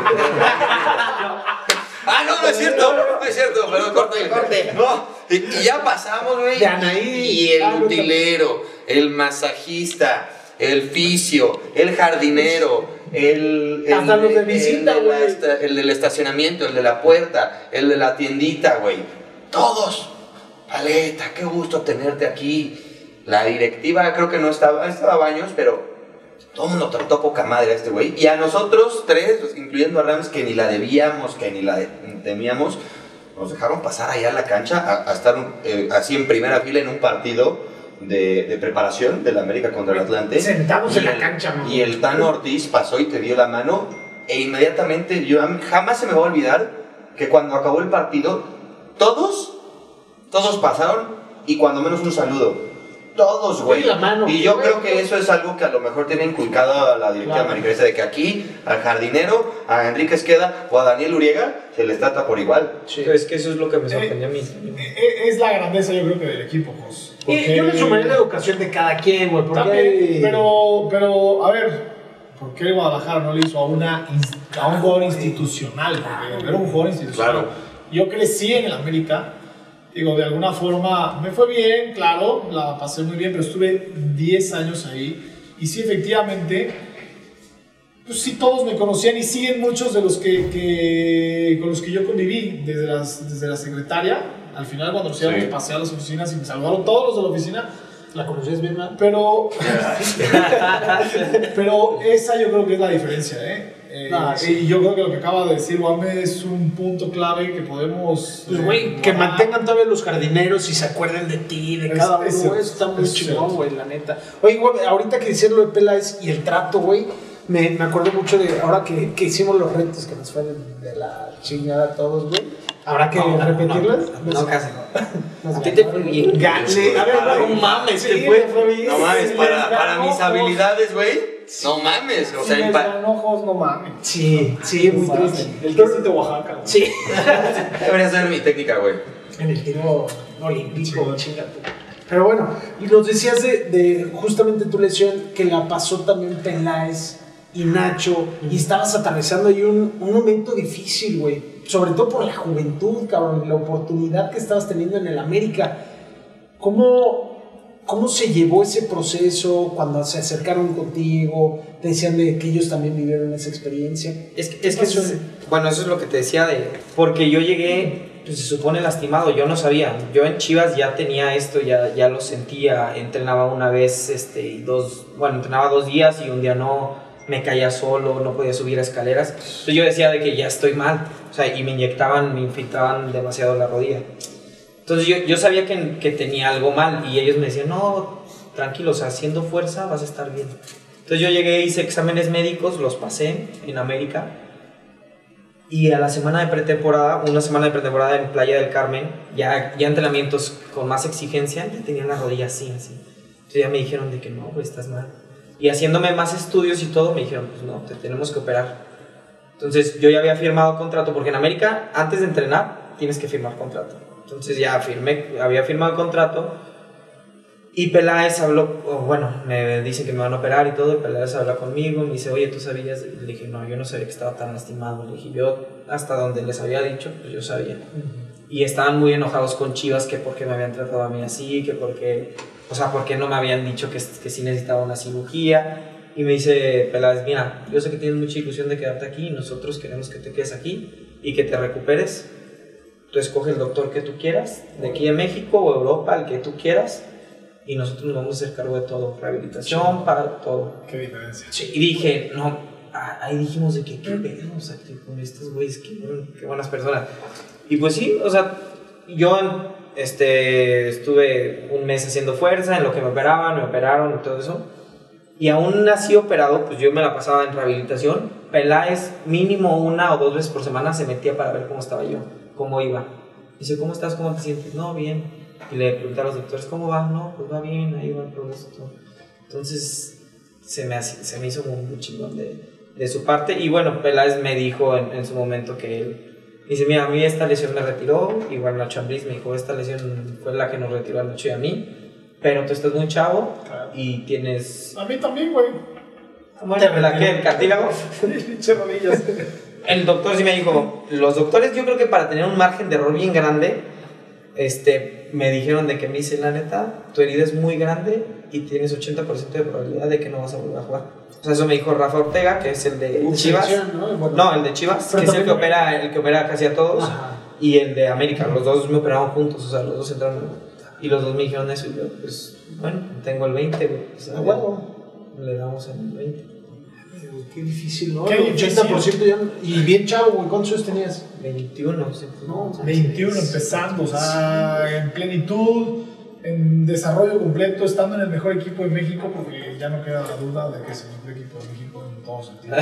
No es cierto, perdón, corte. No, y ya pasamos, güey. De Anaí. Y el utilero, el masajista, el fisio, el jardinero, hasta los de visita, güey. El del estacionamiento, el de la puerta, el de la tiendita, güey. Todos. Paleta, qué gusto tenerte aquí. La directiva creo que no estaba Baños, pero todo el mundo trató poca madre a este güey. Y a nosotros tres, incluyendo a Rams, que ni la debíamos, que ni la temíamos, nos dejaron pasar allá a la cancha a estar así en primera fila en un partido de preparación del América contra el Atlante. Sentados en la cancha, man. Y el Tano Ortiz pasó y te dio la mano e inmediatamente, jamás se me va a olvidar que cuando acabó el partido, todos pasaron y cuando menos un saludo. Todos, güey. Y yo creo que eso es algo que a lo mejor tiene inculcado a la directiva americanista, de que aquí al jardinero, a Enrique Esqueda o a Daniel Uriega se les trata por igual. Sí. Es que eso es lo que me sorprendió a mí. Es la grandeza, yo creo, que del equipo, Jos. Y yo le sumaría la educación de cada quien, güey. Pero, a ver, ¿por qué Guadalajara no le hizo a un jugador institucional? Porque era un jugador institucional. Claro. Yo crecí en el América. Digo, de alguna forma me fue bien, claro, la pasé muy bien, pero estuve 10 años ahí. Y sí, efectivamente, pues sí, todos me conocían y siguen muchos de los con los que yo conviví, desde la secretaria. Al final, cuando nos íbamos a pasear a las oficinas y me saludaron todos los de la oficina. ¿La conoces bien, man? Pero esa yo creo que es la diferencia, ¿eh? Sí. Y yo creo que lo que acaba de decir Guame es un punto clave que podemos... Pues, güey, que mantengan todavía los jardineros y se acuerden de ti, de cada uno, güey. Está muy chingón, güey, la neta. Oye, güey, ahorita que decías lo de Peláez y el trato, güey, me acordé mucho de ahora que hicimos los retos que nos fue de la chingada a todos, güey. ¿Habrá que repetirlas? No, casi no. A ti te fue bien. Gale, a ver, No mames, sí, te fue bien. No mames, Sí, para mis ojos. habilidades, güey. No mames, o Si sea, les dan ojos, no mames. Sí, muy No mames. triste. El quesito de Oaxaca, güey. Sí. debería ser mi técnica, güey. En el tiro olímpico, chinga tú. Pero bueno, y nos decías de justamente tu lesión que la pasó también Peláez y Nacho, y estabas atravesando ahí un momento difícil, güey. Sobre todo por la juventud, cabrón, la oportunidad que estabas teniendo en el América. ¿Cómo se llevó ese proceso cuando se acercaron contigo? Te decían de que ellos también vivieron esa experiencia. Bueno, eso es lo que te decía porque yo llegué, pues se supone lastimado, yo no sabía. Yo en Chivas ya tenía esto, ya lo sentía, entrenaba una vez, entrenaba 2 días y un día no, me caía solo, no podía subir escaleras. Entonces yo decía de que ya estoy mal, o sea, y me infiltraban demasiado la rodilla. Entonces yo sabía que tenía algo mal y ellos me decían, no, tranquilo, o sea, haciendo fuerza vas a estar bien. Entonces yo llegué, hice exámenes médicos, los pasé en América y a la semana de pretemporada, una semana de pretemporada en Playa del Carmen, ya entrenamientos con más exigencia, ya tenía la rodilla así. Entonces ya me dijeron de que no, pues estás mal. Y haciéndome más estudios y todo, me dijeron, pues no, te tenemos que operar. Entonces yo ya había firmado contrato, porque en América, antes de entrenar, tienes que firmar contrato. Entonces ya había firmado el contrato y Peláez habló, me dicen que me van a operar y todo, y Peláez habla conmigo, me dice, oye, ¿tú sabías? Le dije, no, yo no sabía que estaba tan lastimado. Le dije, yo hasta donde les había dicho, pues yo sabía. Y estaban muy enojados con Chivas, que porque me habían tratado a mí así, que porque no me habían dicho que sí necesitaba una cirugía. Y me dice Peláez, mira, yo sé que tienes mucha ilusión de quedarte aquí, y nosotros queremos que te quedes aquí y que te recuperes. Tú escoges el doctor que tú quieras, de aquí de México o Europa, el que tú quieras, y nosotros nos vamos a hacer cargo de todo, rehabilitación, para todo. Qué diferencia. Sí, y dije, no, ahí dijimos de que qué pedo, o sea, que con estos güeyes, qué buenas personas. Y pues sí, o sea, yo estuve un mes haciendo fuerza, en lo que me operaron y todo eso. Y aún así operado, pues yo me la pasaba en rehabilitación. Peláez mínimo 1 o 2 veces por semana se metía para ver cómo estaba yo, cómo iba. Dice, ¿cómo estás? ¿Cómo te sientes? No, bien. Y le pregunté a los doctores, ¿cómo va? No, pues va bien, ahí va el progreso. Entonces se me hizo muy chingón de su parte. Y bueno, Peláez me dijo en su momento que él dice, mira, a mí esta lesión me retiró. Igual Nacho Ambriz me dijo, esta lesión fue la que nos retiró a Nacho y a mí. Pero tú estás muy chavo, claro, y tienes... A mí también, güey. Bueno, ¿el cartílago? Pinche rodillas. El doctor sí me dijo, los doctores yo creo que para tener un margen de error bien grande, me dijeron de que me dice, la neta, tu herida es muy grande y tienes 80% de probabilidad de que no vas a volver a jugar. O sea, eso me dijo Rafa Ortega, que es el de Chivas. No, el de Chivas, que es el que opera casi a todos. Ajá. Y el de América, los dos me operaron juntos, o sea, los dos entraron. Y los dos me dijeron eso y yo, pues, bueno, tengo el 20, güey. O sea, le damos en el 20. Qué difícil, ¿no? Qué El 80% ya. Y bien chavo, güey. ¿Cuántos años tenías? 21. Sí, no, 21 empezando, o sea, sí, en plenitud, en desarrollo completo, estando en el mejor equipo de México, porque ya no queda la duda de que es el mejor equipo de México en todos sentidos.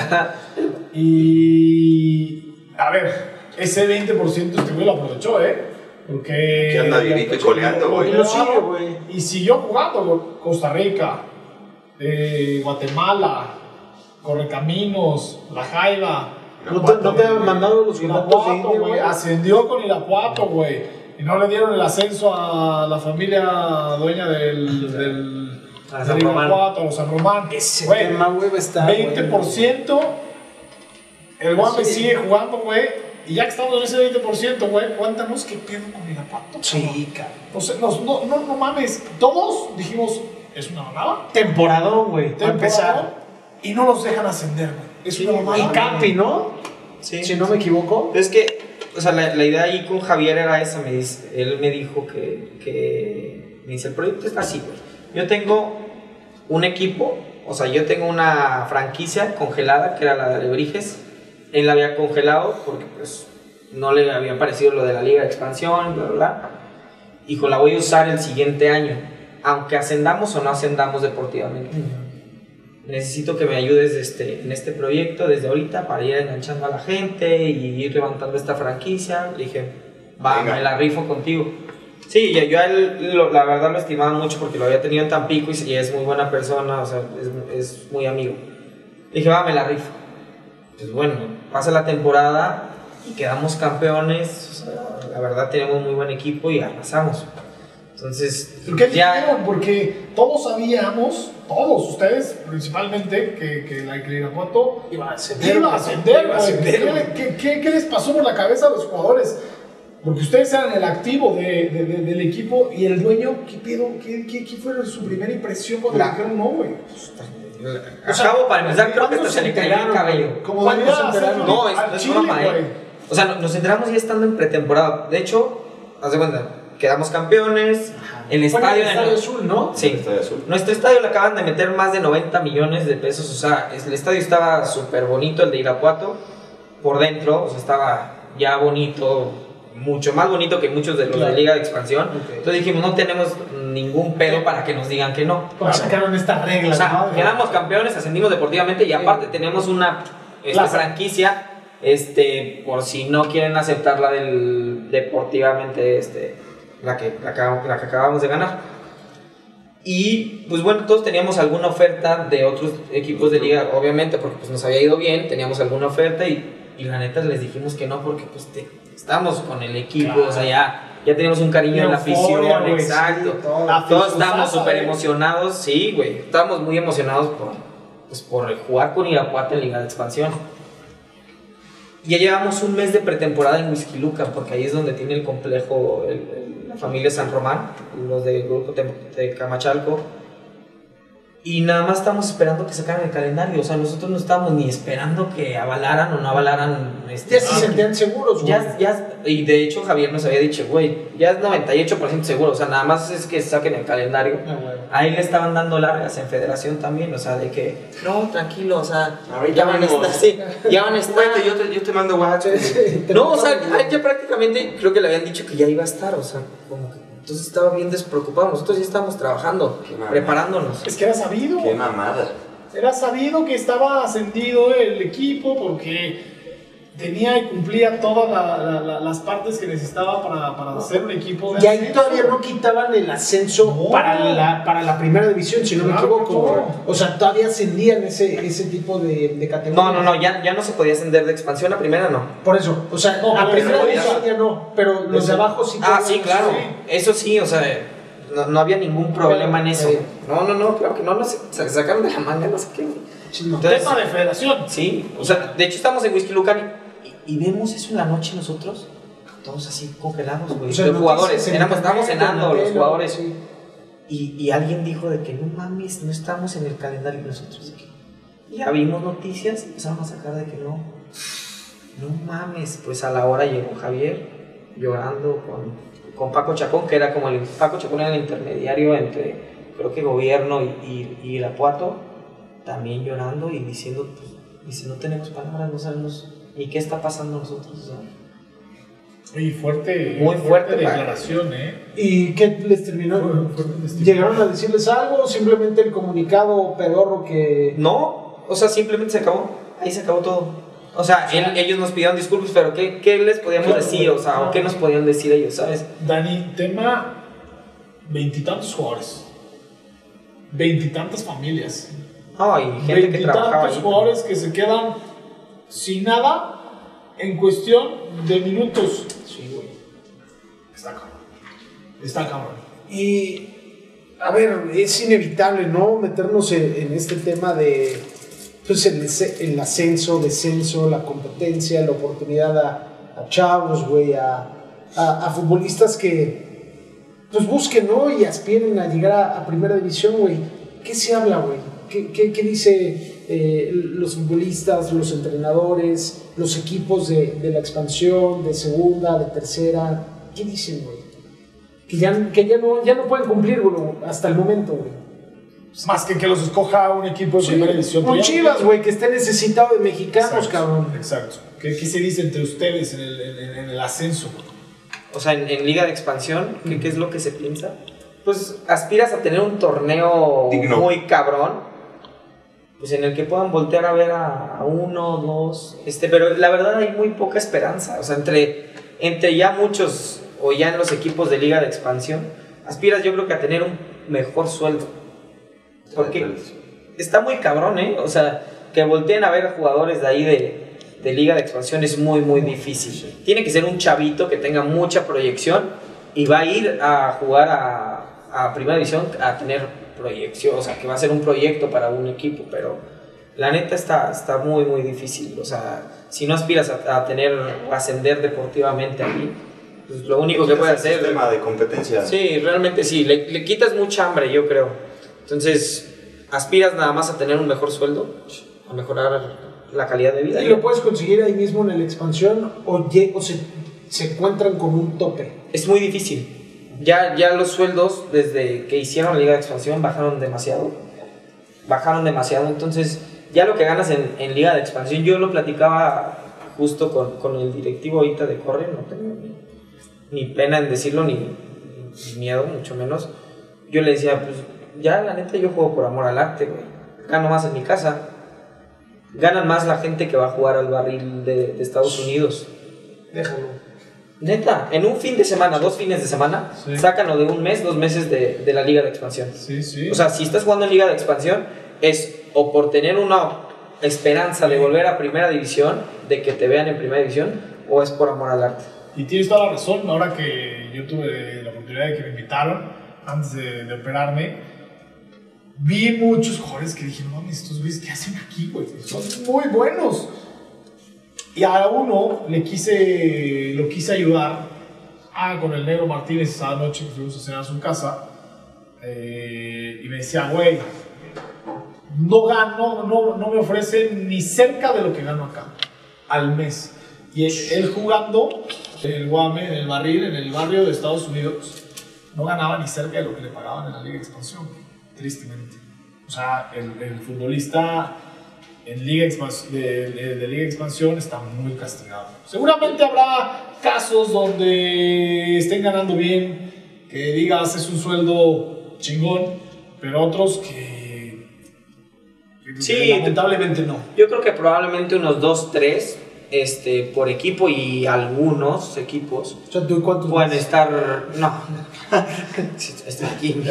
Y, a ver, ese 20% este güey lo aprovechó, porque... Que anda vivito y coleando, güey. Y lo sigue, güey. Y siguió jugando, Costa Rica, Guatemala, Correcaminos, La Jaiba. ¿No te han mandado los contactos de India, güey? Ascendió con Irapuato, güey. Y no le dieron el ascenso a la familia dueña del Irapuato, a los San Román. Ese tema, güey, va a estar 20%. El Guame sigue jugando, güey. Y ya que estamos en ese 20%, güey, cuéntanos qué pedo con Irapuato. Sí, cabrón. O sea, no mames. Todos dijimos, es una mamada. Temporadón, güey. Para empezar. Y no los dejan ascender, güey. Es una mamada. Y Capi, ¿no? Sí. Si no me equivoco. Es que, o sea, la idea ahí con Javier era esa. Él me dijo que me dice, el proyecto está así, güey. Yo tengo un equipo, o sea, yo tengo una franquicia congelada, que era la de Alebrijes. Él la había congelado porque, pues, no le había parecido lo de la Liga de Expansión, bla, bla, bla. Dijo, la voy a usar el siguiente año, aunque ascendamos o no ascendamos deportivamente. Necesito que me ayudes en este proyecto desde ahorita para ir enganchando a la gente y ir levantando esta franquicia. Le dije, va, venga, me la rifo contigo. Sí, yo a él la verdad lo estimaba mucho porque lo había tenido en Tampico y es muy buena persona, o sea, es muy amigo. Le dije, va, me la rifo. Pues bueno, pasa la temporada y quedamos campeones, o sea, la verdad tenemos muy buen equipo y arrasamos. Entonces, ¿Qué dijeron? Porque todos sabíamos, todos ustedes principalmente, que la Irapuato iba a ascender. ¿Qué les pasó por la cabeza a los jugadores? Porque ustedes eran el activo del equipo y el dueño, ¿qué pedo? ¿Qué fue su primera impresión cuando le dijeron no, güey? Acabo para empezar, creo que hasta se le cayó el cabello. Como debía hacerlo no, es broma, O sea, nos enteramos ya estando en pretemporada. De hecho, haz de cuenta, quedamos campeones. El estadio Azul, ¿no? Sí, el estadio Azul. Nuestro estadio le acaban de meter más de 90 millones de pesos. O sea, el estadio estaba súper bonito, el de Irapuato. Por dentro, o sea, estaba ya bonito, mucho más bonito que muchos de los de Liga de Expansión. Okay. Entonces dijimos, no tenemos ningún pedo para que nos digan que no. Pues sacaron estas reglas, o sea, ¿no? Quedamos campeones, ascendimos deportivamente y aparte tenemos una franquicia, por si no quieren aceptarla deportivamente, la que acabamos de ganar. Y pues bueno, todos teníamos alguna oferta de otros equipos de liga, obviamente, porque pues nos había ido bien, teníamos alguna oferta y la neta les dijimos que no, porque pues estábamos con el equipo, claro. O sea, ya teníamos un cariño en la afición, wey, exacto. Sí, todos estábamos súper emocionados, sí, güey, estábamos muy emocionados por jugar con Irapuato en Liga de Expansión. Ya llevamos un mes de pretemporada en Huixquilucan, porque ahí es donde tiene el complejo la familia San Román, los del grupo de Camachalco. Y nada más estamos esperando que sacaran el calendario. O sea, nosotros no estábamos ni esperando que avalaran o no avalaran. Ya se sentían seguros, güey. Y de hecho Javier nos había dicho, güey, ya es 98% seguro. O sea, nada más es que saquen el calendario. Ahí le estaban dando largas en federación también. O sea, de que, no, tranquilo, o sea, ya van a estar. Sí, ya van a estar. Yo te mando WhatsApp. No, o sea, ya prácticamente creo que le habían dicho que ya iba a estar. O sea, como que. Entonces estaba bien despreocupado. Nosotros ya estábamos trabajando, preparándonos. Es que era sabido. Qué mamada. Era sabido que estaba ascendido el equipo porque tenía y cumplía todas las partes que necesitaba para hacer un equipo de y ahí todavía no quitaban el ascenso para la primera división, si no me equivoco. O sea, todavía ascendían ese tipo de categorías. No, ya no se podía ascender de expansión a primera, no. Por eso, o sea, a primera división ya no, pero los de abajo sí. Sí, claro. Eso sí, o sea, no había ningún problema en eso. No, claro que no, se sacaron de la manga, no sé qué. Entonces, tema de federación. Sí, o sea, de hecho estamos en Huixquilucan y vemos eso en la noche nosotros, todos así congelados, güey. O sea, los jugadores, estábamos cenando, los jugadores. Sí. Y alguien dijo de que no mames, no estamos en el calendario nosotros. Y ya vimos noticias y empezaron a sacar de que no mames. Pues a la hora llegó Javier llorando con Paco Chacón, que era como Paco Chacón era el intermediario entre, creo que gobierno y Irapuato, también llorando y diciendo, pues, dice, no tenemos palabras, no sabemos ni qué está pasando nosotros, ¿sabes? Muy fuerte declaración, ¿Y qué les terminó? ¿Llegaron a decirles algo? ¿Simplemente el comunicado pedorro que...? No, o sea, simplemente se acabó. Ahí se acabó todo. O sea, ellos nos pidieron disculpas, pero ¿qué les podíamos decir? O sea, ¿o qué nos podían decir ellos, sabes? Dani, tema 20 y tantos jugadores, 20 y tantas familias. No, y gente que trabajaba ahí. 20 y tantos jugadores que se quedan sin nada en cuestión de minutos. Sí, güey. Está cabrón. Y, a ver, es inevitable, ¿no? Meternos en este tema de, pues, el ascenso, descenso, la competencia, la oportunidad a chavos, güey, a futbolistas que, pues, busquen, ¿no? Y aspiren a llegar a primera división, güey. ¿Qué se habla, güey? ¿Qué dice los futbolistas, los entrenadores, los equipos de la expansión, de segunda, de tercera? ¿Qué dicen, güey? Que ya no pueden cumplir, güey, hasta el momento, güey. Más que los escoja un equipo de primera división. Un Chivas, güey, que esté necesitado de mexicanos, exacto, cabrón. Exacto. ¿Qué se dice entre ustedes en el ascenso? O sea, en Liga de Expansión, ¿qué es lo que se piensa? Pues aspiras a tener un torneo digno, muy cabrón, pues en el que puedan voltear a ver a uno, dos, pero la verdad hay muy poca esperanza. O sea, entre ya muchos o ya en los equipos de liga de expansión, aspiras yo creo que a tener un mejor sueldo. Porque está muy cabrón, o sea, que volteen a ver a jugadores de ahí de liga de expansión es muy, muy difícil. Tiene que ser un chavito que tenga mucha proyección y va a ir a jugar a primera división a tener proyección, o sea, que va a ser un proyecto para un equipo, pero la neta está muy, muy difícil. O sea, si no aspiras a ascender deportivamente ahí, pues lo único que puedes hacer... Es un sistema de competencia. Sí, realmente sí, le quitas mucha hambre, yo creo. Entonces, aspiras nada más a tener un mejor sueldo, a mejorar la calidad de vida. ¿Y lo puedes conseguir ahí mismo en la expansión o se encuentran con un tope? Es muy difícil. Ya los sueldos desde que hicieron la liga de expansión bajaron demasiado. Entonces ya lo que ganas en liga de expansión, yo lo platicaba justo con el directivo ahorita de Corre, no tengo ni pena en decirlo, ni miedo, mucho menos. Yo le decía, pues ya la neta yo juego por amor al arte, güey. Gano más en mi casa. Ganan más la gente que va a jugar al barril de Estados Unidos. Déjalo. Neta, en un fin de semana, 2 fines de semana, sí, sácanlo de un mes, 2 meses de la liga de expansión. Sí, sí. O sea, si estás jugando en liga de expansión, es o por tener una esperanza de volver a primera división, de que te vean en primera división, o es por amor al arte. Y tienes toda la razón. Ahora que yo tuve la oportunidad de que me invitaron antes de operarme, vi muchos jugadores que dije, no mames, estos güeyes, ¿qué hacen aquí, güey? Son muy buenos. Y a uno lo quise ayudar con el Negro Martínez esa noche que fuimos a cenar a su casa. Y me decía, güey, no me ofrecen ni cerca de lo que gano acá al mes. Y él jugando en el Guame, en el barril, en el barrio de Estados Unidos, no ganaba ni cerca de lo que le pagaban en la Liga de Expansión, tristemente. O sea, el futbolista en Liga de Liga de Expansión está muy castigado. Seguramente habrá casos donde estén ganando bien, que digas es un sueldo chingón, pero otros que sí, lamentablemente no. Yo creo que probablemente unos 2, 3 por equipo, y algunos equipos O sea, ¿tú cuántos pueden más? estar... No, estoy aquí.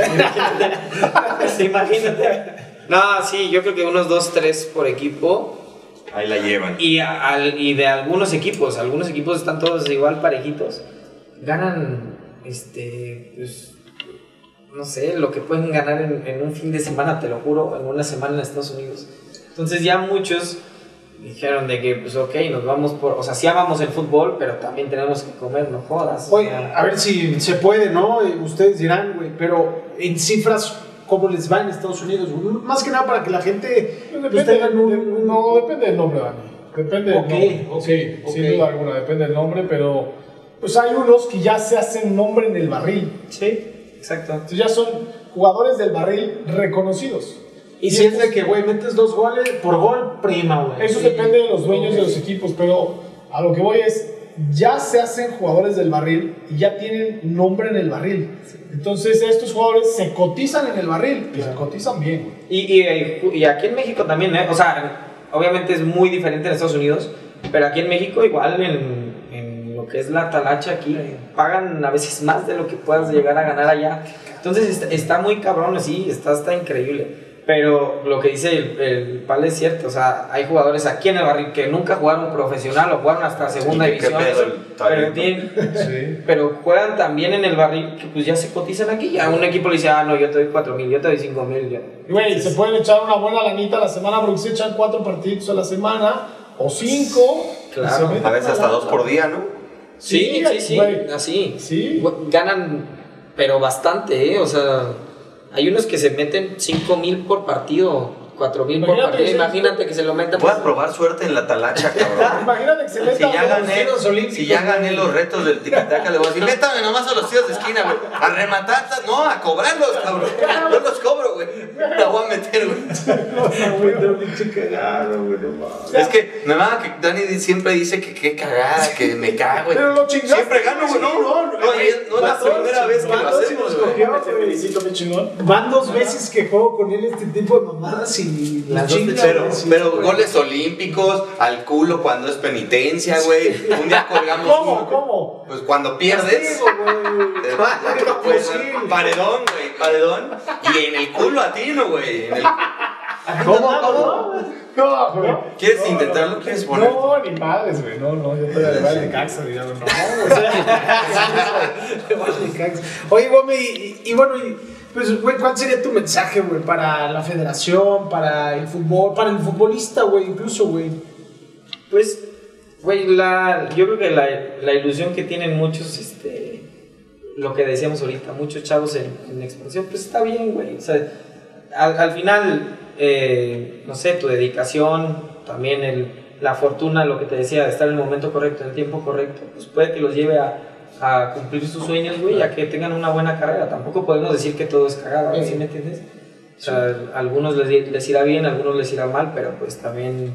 Imagínate. No, sí, yo creo que unos 2, 3 por equipo. Ahí la llevan. Y de algunos equipos están todos igual parejitos. Ganan, pues, no sé, lo que pueden ganar en un fin de semana, te lo juro, en una semana en Estados Unidos. Entonces ya muchos dijeron de que, pues ok, nos vamos o sea, sí amamos el fútbol, pero también tenemos que comer, no jodas. Oye, a ver si se puede, ¿no? Ustedes dirán, güey, pero en cifras, ¿cómo les va en Estados Unidos? Más que nada para que la gente... No, depende del nombre, Dani. Depende del nombre. Okay. Sin duda alguna, depende del nombre, pero pues hay unos que ya se hacen nombre en el barril. Sí, exacto. Entonces ya son jugadores del barril reconocidos. Y si es de que, güey, metes 2 goles por gol, prima, güey. Eso depende de los dueños de los equipos, pero a lo que voy es, ya se hacen jugadores del barril y ya tienen nombre en el barril. Entonces estos jugadores se cotizan en el barril y se cotizan bien. Y aquí en México también, o sea, obviamente es muy diferente en Estados Unidos, pero aquí en México igual en lo que es la talacha aquí pagan a veces más de lo que puedas llegar a ganar allá. Entonces está muy cabrón, sí, está increíble. Pero lo que dice el Pal es cierto, o sea, hay jugadores aquí en el barril que nunca jugaron profesional o jugaron hasta segunda división, pero juegan también en el barril, que pues ya se cotizan aquí. Ya un equipo le dice, no, yo te doy 4,000, yo te doy 5,000. Güey, se pueden echar una buena lanita a la semana porque se echan 4 partidos a la semana o 5. Claro, a veces hasta 2 por día, ¿no? Sí, güey. así. Sí. Ganan, pero bastante, o sea... Hay unos que se meten 5,000 por partido, 4,000 por partido. Imagínate que se lo metan. Puedes probar suerte en la talacha, cabrón. Imagínate que se meta si ya gané los retos del tiquitaca, le voy a decir, métame nomás a los tiros de esquina, güey. A rematar, no, a cobrarlos, cabrón. Yo los cobro, güey. La voy a meter, güey. Es que, nada, que Dani siempre dice que qué cagada, que me cago, güey. Pero lo chingaste. Siempre gano, güey. No es la primera vez que lo hacemos, güey. Te felicito, mi chingón. Van 2 veces que juego con él este tipo de mamadas y y Las dos chinga, Pero, güey, sí, pero güey. goles olímpicos, al culo cuando es penitencia, güey. Un día colgamos ¿Cómo? Pues cuando pierdes, Castigo, güey. pues, Sí. paredón, güey, paredón. Y en el culo a ti, ¿no, güey? ¿Cómo? No, güey. ¿Quieres No, intentarlo? no. ¿Quieres poner? No, ni madres, güey. No, yo te voy a de Caxa, digamos. No, güey. Oye, güey, y bueno, pues, güey, ¿cuál sería tu mensaje, güey, para la federación, para el fútbol, para el futbolista, güey, incluso, güey? Pues, güey, yo creo que la ilusión que tienen muchos, lo que decíamos ahorita, muchos chavos en expansión, pues está bien, güey. O sea, al final, no sé, tu dedicación, también la fortuna, lo que te decía, de estar en el momento correcto, en el tiempo correcto, pues puede que los lleve a cumplir sus sueños, güey, a que tengan una buena carrera. Tampoco podemos decir que todo es cagado, ¿sí me entiendes? O sea, a algunos les irá bien, a algunos les irá mal, pero pues también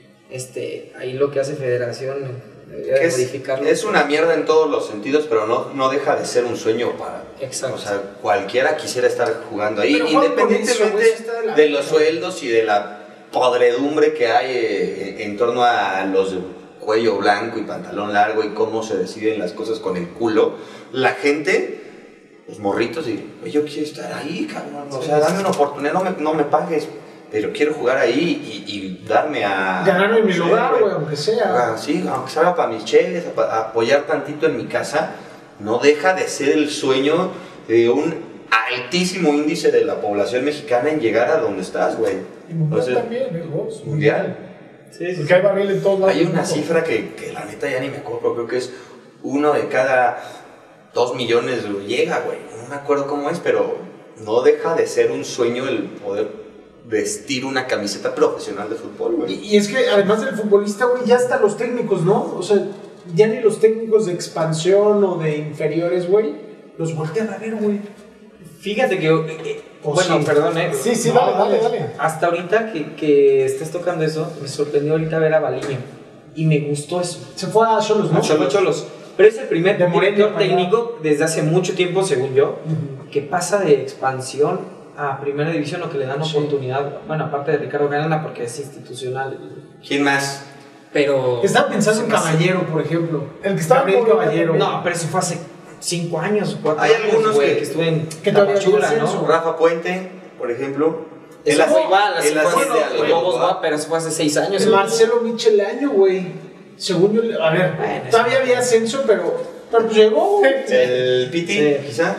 ahí lo que hace Federación debería de modificarlo. Es una mierda en todos los sentidos, pero no deja de ser un sueño para... Exacto. O sea, cualquiera quisiera estar jugando ahí, Pero juegan con independientemente eso, güey, está de los sueldos y de la podredumbre que hay en torno a los de cuello blanco y pantalón largo y cómo se deciden las cosas con el culo. La gente, los morritos, y yo quiero estar ahí, cabrón. O sea, dame una oportunidad, no me pagues, pero quiero jugar ahí y darme a... Ganarme mi lugar, güey, aunque sea. Sí, aunque sea para mis cheves, apoyar tantito en mi casa, no deja de ser el sueño de un altísimo índice de la población mexicana en llegar a donde estás, güey. Y mundial Entonces, también, vos. mundial. Sí, Porque hay barril en todos lados. Hay una cifra que la neta ya ni me acuerdo, pero creo que es 1 de cada 2 millones llega, güey. No me acuerdo cómo es, pero no deja de ser un sueño el poder vestir una camiseta profesional de fútbol, güey. Y es que además del futbolista, güey, ya hasta los técnicos, ¿no? O sea, ya ni los técnicos de expansión o de inferiores, güey, los voltean a ver, güey. Fíjate que, bueno, sí. perdón, Sí, No, dale. hasta ahorita que estés tocando eso, me sorprendió ahorita ver a Baliño y me gustó eso. Se fue a Xolos, ¿no? Se fue a Cholos. Pero es el primer De Morelia director para allá. técnico desde hace mucho tiempo, según yo, que pasa de expansión a primera división o que le dan Sí. oportunidad. Bueno, aparte de Ricardo Galana, porque es institucional. ¿Quién más? Pero. Estaba pensando en Caballero, por ejemplo. El que estaba Gabriel con- Caballero. No, pero eso fue hace 5 años, 4 Hay años. algunos güey, que estuve en que todavía Tapachula, había ¿no? ascenso. Rafa Puente, por ejemplo. Eso fue igual, así él fue asciende hace- al Lobos Lobos va, va. pero eso fue hace 6 años. El Marcelo Michelaño, güey. Según yo, a ver, Bueno, todavía había ascenso, pero pues llegó, güey. El Piti, Sí. quizá.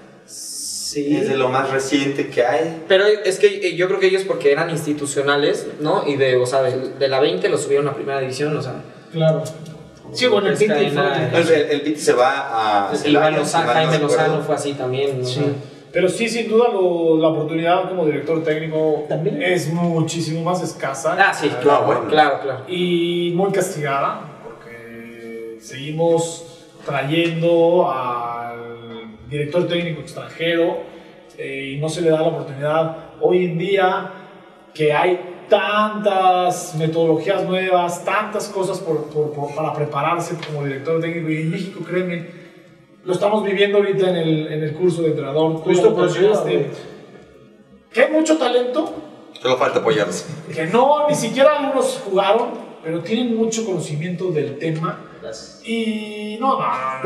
Sí. Es de lo más reciente que hay. Pero es que yo creo que ellos porque eran institucionales, ¿no? Y o sea, de la 20 los subieron a primera división, o sea. Claro. Sí, bueno, el Es Piti cadena, fue- Entonces, el Piti se va a Iván Celaya, Lozano, si mal no Jaime recuerdo. Lozano fue así también, ¿no? Sí. Pero sí, sin duda, la oportunidad como director técnico También. es muchísimo más escasa. Ah, sí, claro, bueno. claro. Y muy castigada, porque seguimos trayendo al director técnico extranjero y no se le da la oportunidad hoy en día que hay tantas metodologías nuevas, tantas cosas para prepararse como director técnico. Y en México, créeme, lo estamos viviendo ahorita en el curso de entrenador. Justo por eso, güey. que hay mucho talento, Solo falta apoyarlos. que no, ni siquiera algunos jugaron, pero tienen mucho conocimiento del tema. Y no,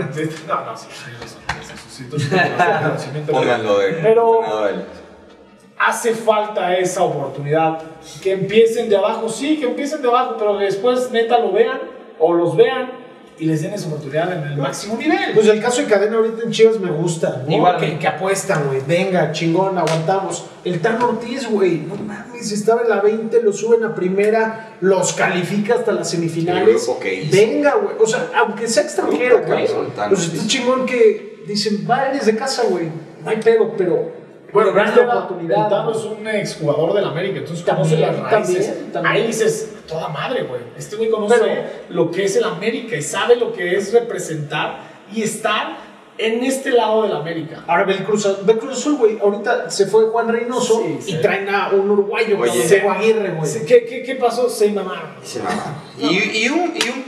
sí, conocimiento. Pónganlo de Pero- entrenador ahí. Hace falta esa oportunidad, que empiecen de abajo, sí, que empiecen de abajo, pero que después neta lo vean o los vean y les den esa oportunidad en el máximo nivel. Pues el caso de Cadena ahorita en Chivas me gusta, ¿no? Igual. Que apuestan, güey. Venga, chingón, aguantamos. El Tan Ortiz, güey, no mames, estaba en la 20, lo suben a primera, los califica hasta las semifinales. El grupo que hizo. Venga, güey. O sea, aunque sea extranjero, Grupo que güey. hizo el Tan Pues Ortiz. está chingón que dicen, va, eres de casa, güey. No hay pedo, pero. Bueno, gran el oportunidad. Tano es un exjugador del América, entonces conoce También, las raíces. también. Ahí dices, toda madre, güey. Este güey conoce Pero- lo que es el América y sabe lo que es representar y estar en este lado del América. Ahora ve el Cruz Azul, güey. Ahorita se fue Juan Reynoso Sí, y sí. traen a un uruguayo, Oye. cabrón, Diego Aguirre, güey. ¿Qué pasó? Se mamaron. Se mama. Y un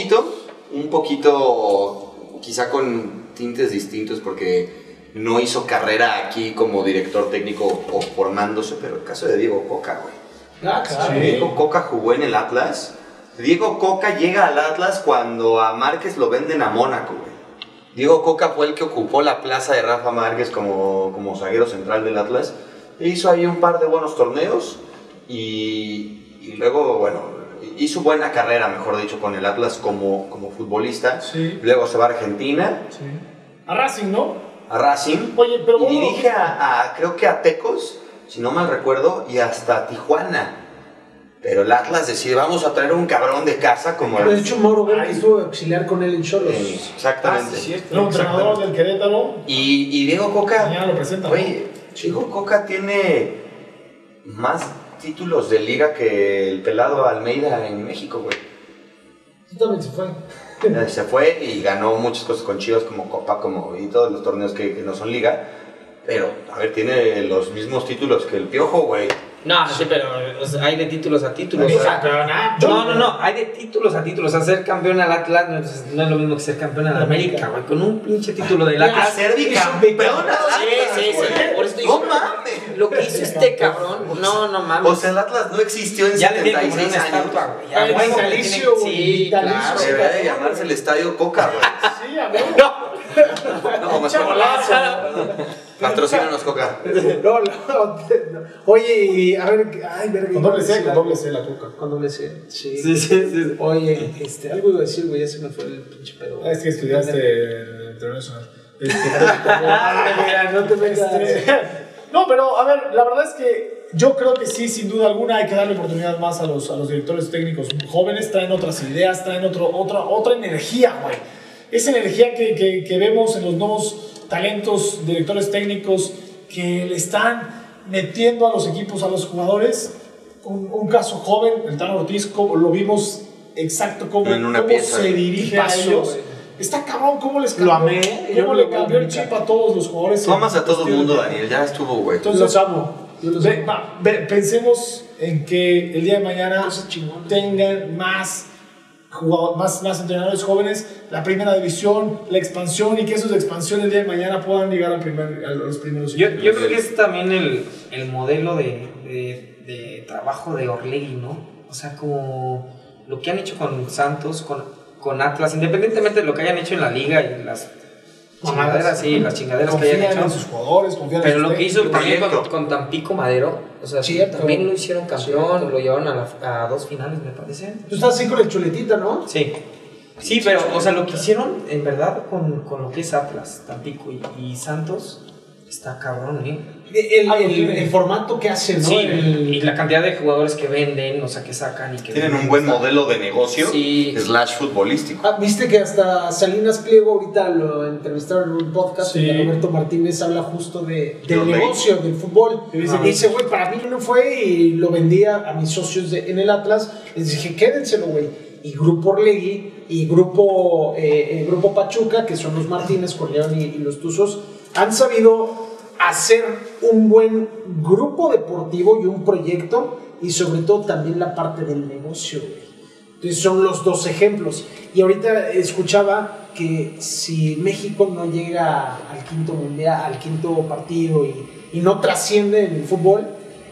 poquito, quizá con tintes distintos, porque no hizo carrera aquí como director técnico o formándose, pero el caso de Diego Coca, güey. Ah, claro. Sí. Diego Coca jugó en el Atlas. Diego Coca llega al Atlas cuando a Márquez lo venden a Mónaco, güey. Diego Coca fue el que ocupó la plaza de Rafa Márquez como zaguero central del Atlas. E hizo ahí un par de buenos torneos y luego, bueno, hizo buena carrera, mejor dicho, con el Atlas como futbolista. Sí. Luego se va a Argentina, Sí. A Racing, ¿no? a Racing. Oye, pero y bueno, dirige creo que a Tecos, si no mal recuerdo, y hasta Tijuana. Pero el Atlas decide, vamos a traer un cabrón de casa como De hecho, Mauro Verde estuvo a auxiliar con él en Cholos. Exactamente. no, entrenador del Querétaro. Y Diego Coca, Mañana lo presenta, ¿no? oye, Diego Coca tiene más títulos de liga que el pelado Almeida en México, güey. Totalmente se fue. Se fue y ganó muchas cosas con Chivas como Copa y todos los torneos que no son liga. Pero, a ver, tiene los mismos títulos que el Piojo, güey. No, sí, pero o sea, hay de títulos a títulos. Hay o sea, campeonato. no, hay de títulos a títulos. O sea, ser campeón al Atlas no es lo mismo que ser campeón al América, güey. Con un pinche título del Atlas. Ser bicampeón. Sí. Por eso No mames. Lo que hizo este cabrón, no mames. O sea, el Atlas no existió en ya le tiene como 76 una años. estatua, güey. Ya, El güey, vitalicio, sí, vitalicio. claro. Debería de llamarse el Estadio Coca, güey. Sí, a ver. No, mejor. Patrocínanos, Coca. No. Oye, y a ver, ay, verga. Con doble C la Coca. Con doble C, sí. Sí. Oye, algo iba a decir, güey, ya se me fue el pinche pedo. Es que estudiaste internacional. No te metas. No, pero a ver, la verdad es que yo creo que sí, sin duda alguna, hay que darle oportunidad más a los directores técnicos jóvenes. Traen otras ideas, traen otra energía, güey. Esa energía que vemos en los nuevos talentos, directores técnicos que le están metiendo a los equipos, a los jugadores. Un caso joven, el Tano Ortiz, lo vimos exacto cómo se dirige a ellos. Güey. Está cabrón, cómo les cambió, Lo amé, yo cómo lo le cambió el chip a todos los jugadores. Tomas a todo el mundo, Daniel. Daniel, ya estuvo, güey. Entonces, Los amo. Yo los amo. Pensemos en que el día de mañana Cosas chingonas. tengan más entrenadores jóvenes, la primera división, la expansión, y que esos de expansión el día de mañana puedan llegar a los primeros Yo equipos. creo que es también el modelo de trabajo de Orlegui, ¿no? O sea, como lo que han hecho con Santos, con Atlas, independientemente de lo que hayan hecho en la liga y las chingaderas que hayan Confían hecho. en sus jugadores, confían Pero en lo sus que hizo también proyecto. con Tampico Madero, o sea, Cierto. también lo hicieron campeón, Cierto. lo llevaron a 2 finales, me parece. Tú estás así con el chuletita, ¿no? Sí, pero, o sea, lo que hicieron en verdad con lo que es Atlas, Tampico y Santos, está cabrón, ¿eh? El formato que hacen, ¿no? Sí, y la cantidad de jugadores que venden, o sea, que sacan y que Tienen venden, un buen está- modelo de negocio Sí. / futbolístico. Viste que hasta Salinas Pliego ahorita lo entrevistaron en un podcast Sí. donde Roberto Martínez habla justo del Los negocio del fútbol. Y Y dice dice, güey, para mí no fue, y lo vendía a mis socios en el Atlas. Les dije, quédenselo, güey. Y Grupo Orlegui y Grupo Pachuca, que son los Martínez, Corleón y los Tuzos, han sabido hacer un buen grupo deportivo y un proyecto, y sobre todo también la parte del negocio, güey. Entonces son los dos ejemplos. Y ahorita escuchaba que si México no llega al quinto mundial, al quinto partido y no trasciende en el fútbol,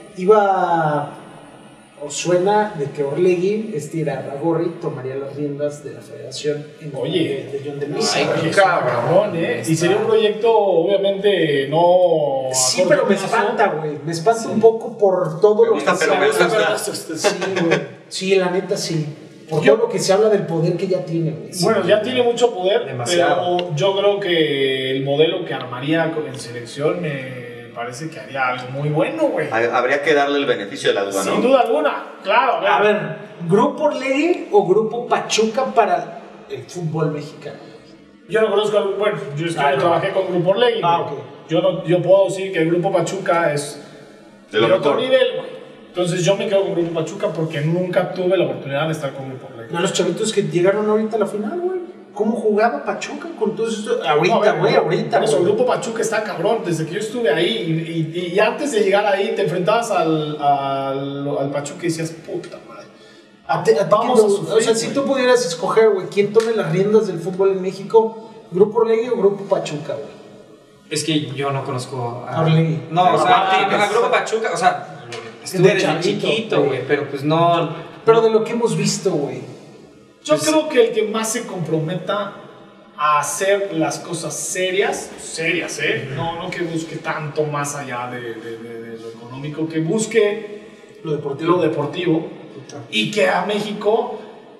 o suena de que Orlegui, Irarrágorri, tomaría las riendas de la federación en Oye. de John de Luisa. Ay, Oye, cabrón, Y sería un proyecto, obviamente, no. Sí, a pero corto me plazo. espanta, güey. Me espanta un poco por todo lo gusta, que pero se me habla. gusta. Sí, güey. Sí, la neta sí. Por Yo- todo lo que se habla del poder que ya tiene, güey. Bueno, ya tiene mucho poder, Demasiado. pero yo creo que el modelo que armaría en selección me parece que haría algo muy bueno, güey. Habría que darle el beneficio de la duda, Sin ¿no? duda alguna, claro. A ver, ¿Grupo Orlegui o Grupo Pachuca para el fútbol mexicano? Yo no conozco, bueno, yo es que Ah, yo no. trabajé con Grupo Orlegui. Ah, güey. ok. Yo puedo decir que el Grupo Pachuca es De lo de otro mejor. nivel, güey. Entonces yo me quedo con Grupo Pachuca porque nunca tuve la oportunidad de estar con Grupo Orlegui. No, los chavitos que llegaron ahorita a la final, güey. ¿Cómo jugaba Pachuca con todo esto? Ahorita, güey, ahorita. Por eso, el güey. Grupo Pachuca está cabrón. Desde que yo estuve ahí y antes de llegar ahí te enfrentabas al Pachuca y decías, puta madre. A ti Vamos que a no- sufrir, o sea, si güey. tú pudieras escoger, güey, quién tome las riendas del fútbol en México, ¿Grupo Orlegui o Grupo Pachuca, güey? Es que yo no conozco a Orlegui. No, o sea, Martínez. a Grupo Pachuca, o sea, Estuvo desde chavito, chiquito, güey, pero pues no. Pero de lo que hemos visto, güey. Yo creo que el que más se comprometa a hacer las cosas serias, no que busque tanto más allá de lo económico, que busque lo deportivo y que a México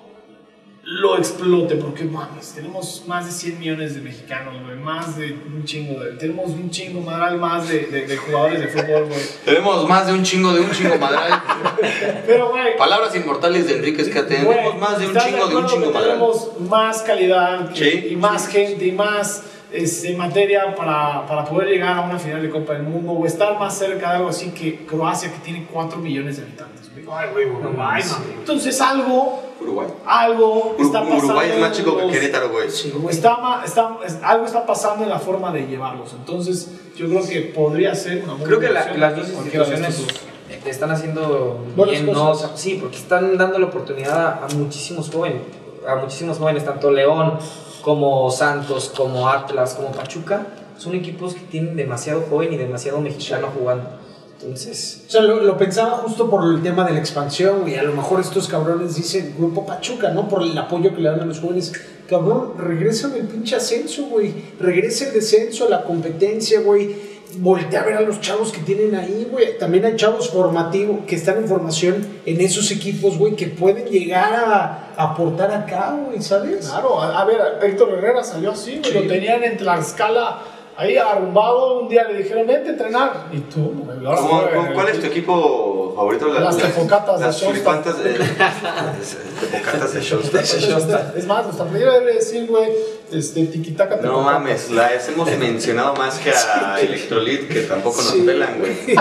lo explote, porque mames, tenemos más de 100 millones de mexicanos, güey, tenemos un chingo madral más de jugadores de fútbol, güey. Tenemos más de un chingo madral. Pero, güey, Palabras inmortales de Enrique Escate. Tenemos más de un chingo madral. Tenemos más calidad Sí. y más gente y más materia para poder llegar a una final de Copa del Mundo o estar más cerca de algo así que Croacia, que tiene 4 millones de habitantes, güey. Ay, güey, Uruguay, no. Entonces algo está pasando. Uruguay es más chico que Querétaro, güey. Sí, güey. Algo está pasando en la forma de llevarlos. Entonces yo creo que podría ser una muy Creo que buena opción las dos cualquiera de instituciones estos dos. están haciendo Buenas bien, ¿no? cosas. O sea, sí, porque están dando la oportunidad a muchísimos jóvenes, tanto León como Santos, como Atlas, como Pachuca. Son equipos que tienen demasiado joven y demasiado mexicano jugando. Entonces, O sea, lo pensaba justo por el tema de la expansión, güey. A lo mejor estos cabrones dicen Grupo Pachuca, ¿no? Por el apoyo que le dan a los jóvenes. Cabrón, regresa el pinche ascenso, güey. Regresa el descenso, la competencia, güey. Voltea a ver a los chavos que tienen ahí, güey. También hay chavos formativos que están en formación en esos equipos, güey, que pueden llegar a aportar acá, güey, ¿sabes? Claro, a ver, Héctor Herrera salió así, güey. Sí. Lo tenían en Tlaxcala ahí arrumbado. Un día le dijeron, vente a entrenar. Y tú, güey, ahora ¿Cuál es tu equipo favorito? Las tefocatas de Las Showstop. tefocatas de Showstop. Es más, nuestra playera debe decir, güey, tiquitaca. No mames, las hemos mencionado más que a Electrolit, que tampoco nos Sí. pelan, güey.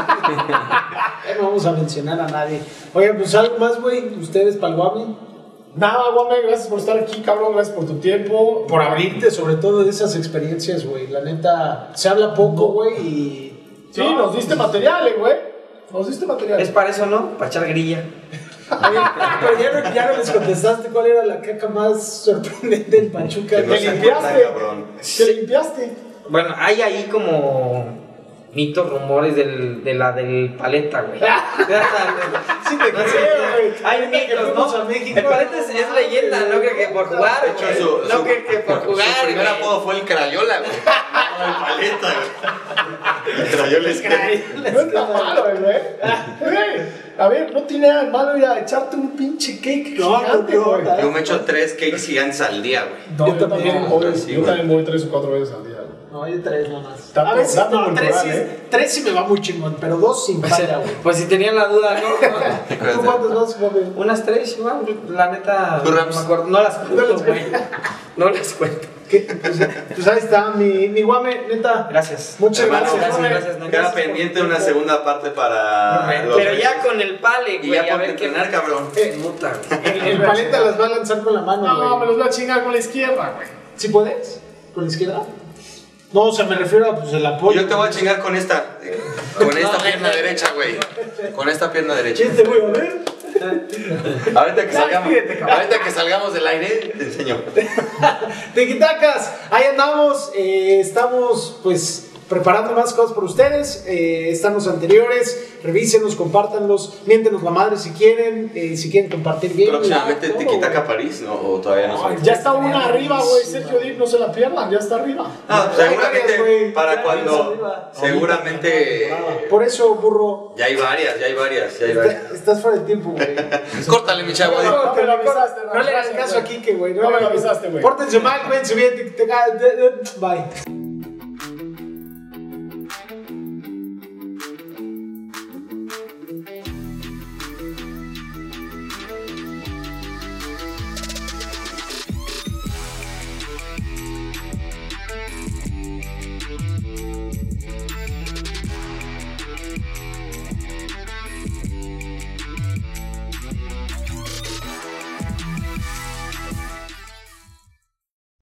No vamos a mencionar a nadie. Oigan, pues algo más, güey. Ustedes, Palguami. Nada, Guame, gracias por estar aquí, cabrón. Gracias por tu tiempo. Por abrirte, sobre todo de esas experiencias, güey. La neta, se habla poco, güey, y... Sí, nos diste material, güey. Nos diste material. es para eso, ¿no? Para echar grilla. Oye, pero ya no les contestaste cuál era la caca más sorprendente del Pachuca. Que no Te se limpiaste. acuerdan, cabrón. Te limpiaste. Bueno, hay ahí como mitos, rumores del paleta, güey. Sí te creo, güey. Hay Ahorita que mitos, fuimos ¿no? a México, El paleta es leyenda, no creo que por jugar, De hecho, güey. No creo que por jugar, su primer güey. apodo fue el Crayola, güey. No, el Paleta, güey. El Crayola es que... No está malo, güey. A ver, no tiene nada de malo ir a echarte un pinche cake gigante, güey. Yo me echo 3 cakes gigantes al día, güey. No, Yo también, sí, yo güey. también voy 3 o 4 veces al día, güey. No, yo 3 nomás. Dato- A veces, dato no, cultural, 3 sí me va muy chingón, pero 2 sin falla, güey. Pues si tenían la duda, ¿no? ¿Tú cuántos vas, güey? Unas 3, igual, la neta, ¿Tú, no Rams? me acuerdo, no las cuento, güey. No las cuento. Pues ahí está, mi guame, neta. Gracias. Muchas Hermano, gracias. gracias, güey. Queda pendiente una segunda parte para los Pero ya meses. con el pale, Y güey, ya a ponte a ver qué entrenar, cabrón. puta, El paleta las va a lanzar con la mano, güey. No, me los voy a chingar con la izquierda, güey. ¿Sí puedes? ¿Con la izquierda? No, o sea, me refiero a pues, el apoyo. Yo te voy a chingar con esta. Con esta pierna derecha, güey. Con esta pierna derecha. ¿Quién te voy a ver? Ahorita que salgamos del aire, te enseño. Tiquitacas, ahí andamos. Estamos, pues, preparando más cosas por ustedes. Están los anteriores. Revísenos, compártanlos. Miéntenos la madre si quieren compartir bien. Próximamente todo, Tiquitaca París, ¿no? O todavía no sé. Ya está una arriba, güey. Sergio Dip, no se la pierdan, ya está arriba. Ah, Hay varias, seguramente güey. para Ya, cuando. arriba. Seguramente. Por eso, burro, Ya hay varias. estás fuera de tiempo, güey. Córtale, mi chavo. No me lo avisaste, No le hagas caso a Kike, güey. No me lo avisaste, güey. Pórtense mal, cuídense bien. Bye.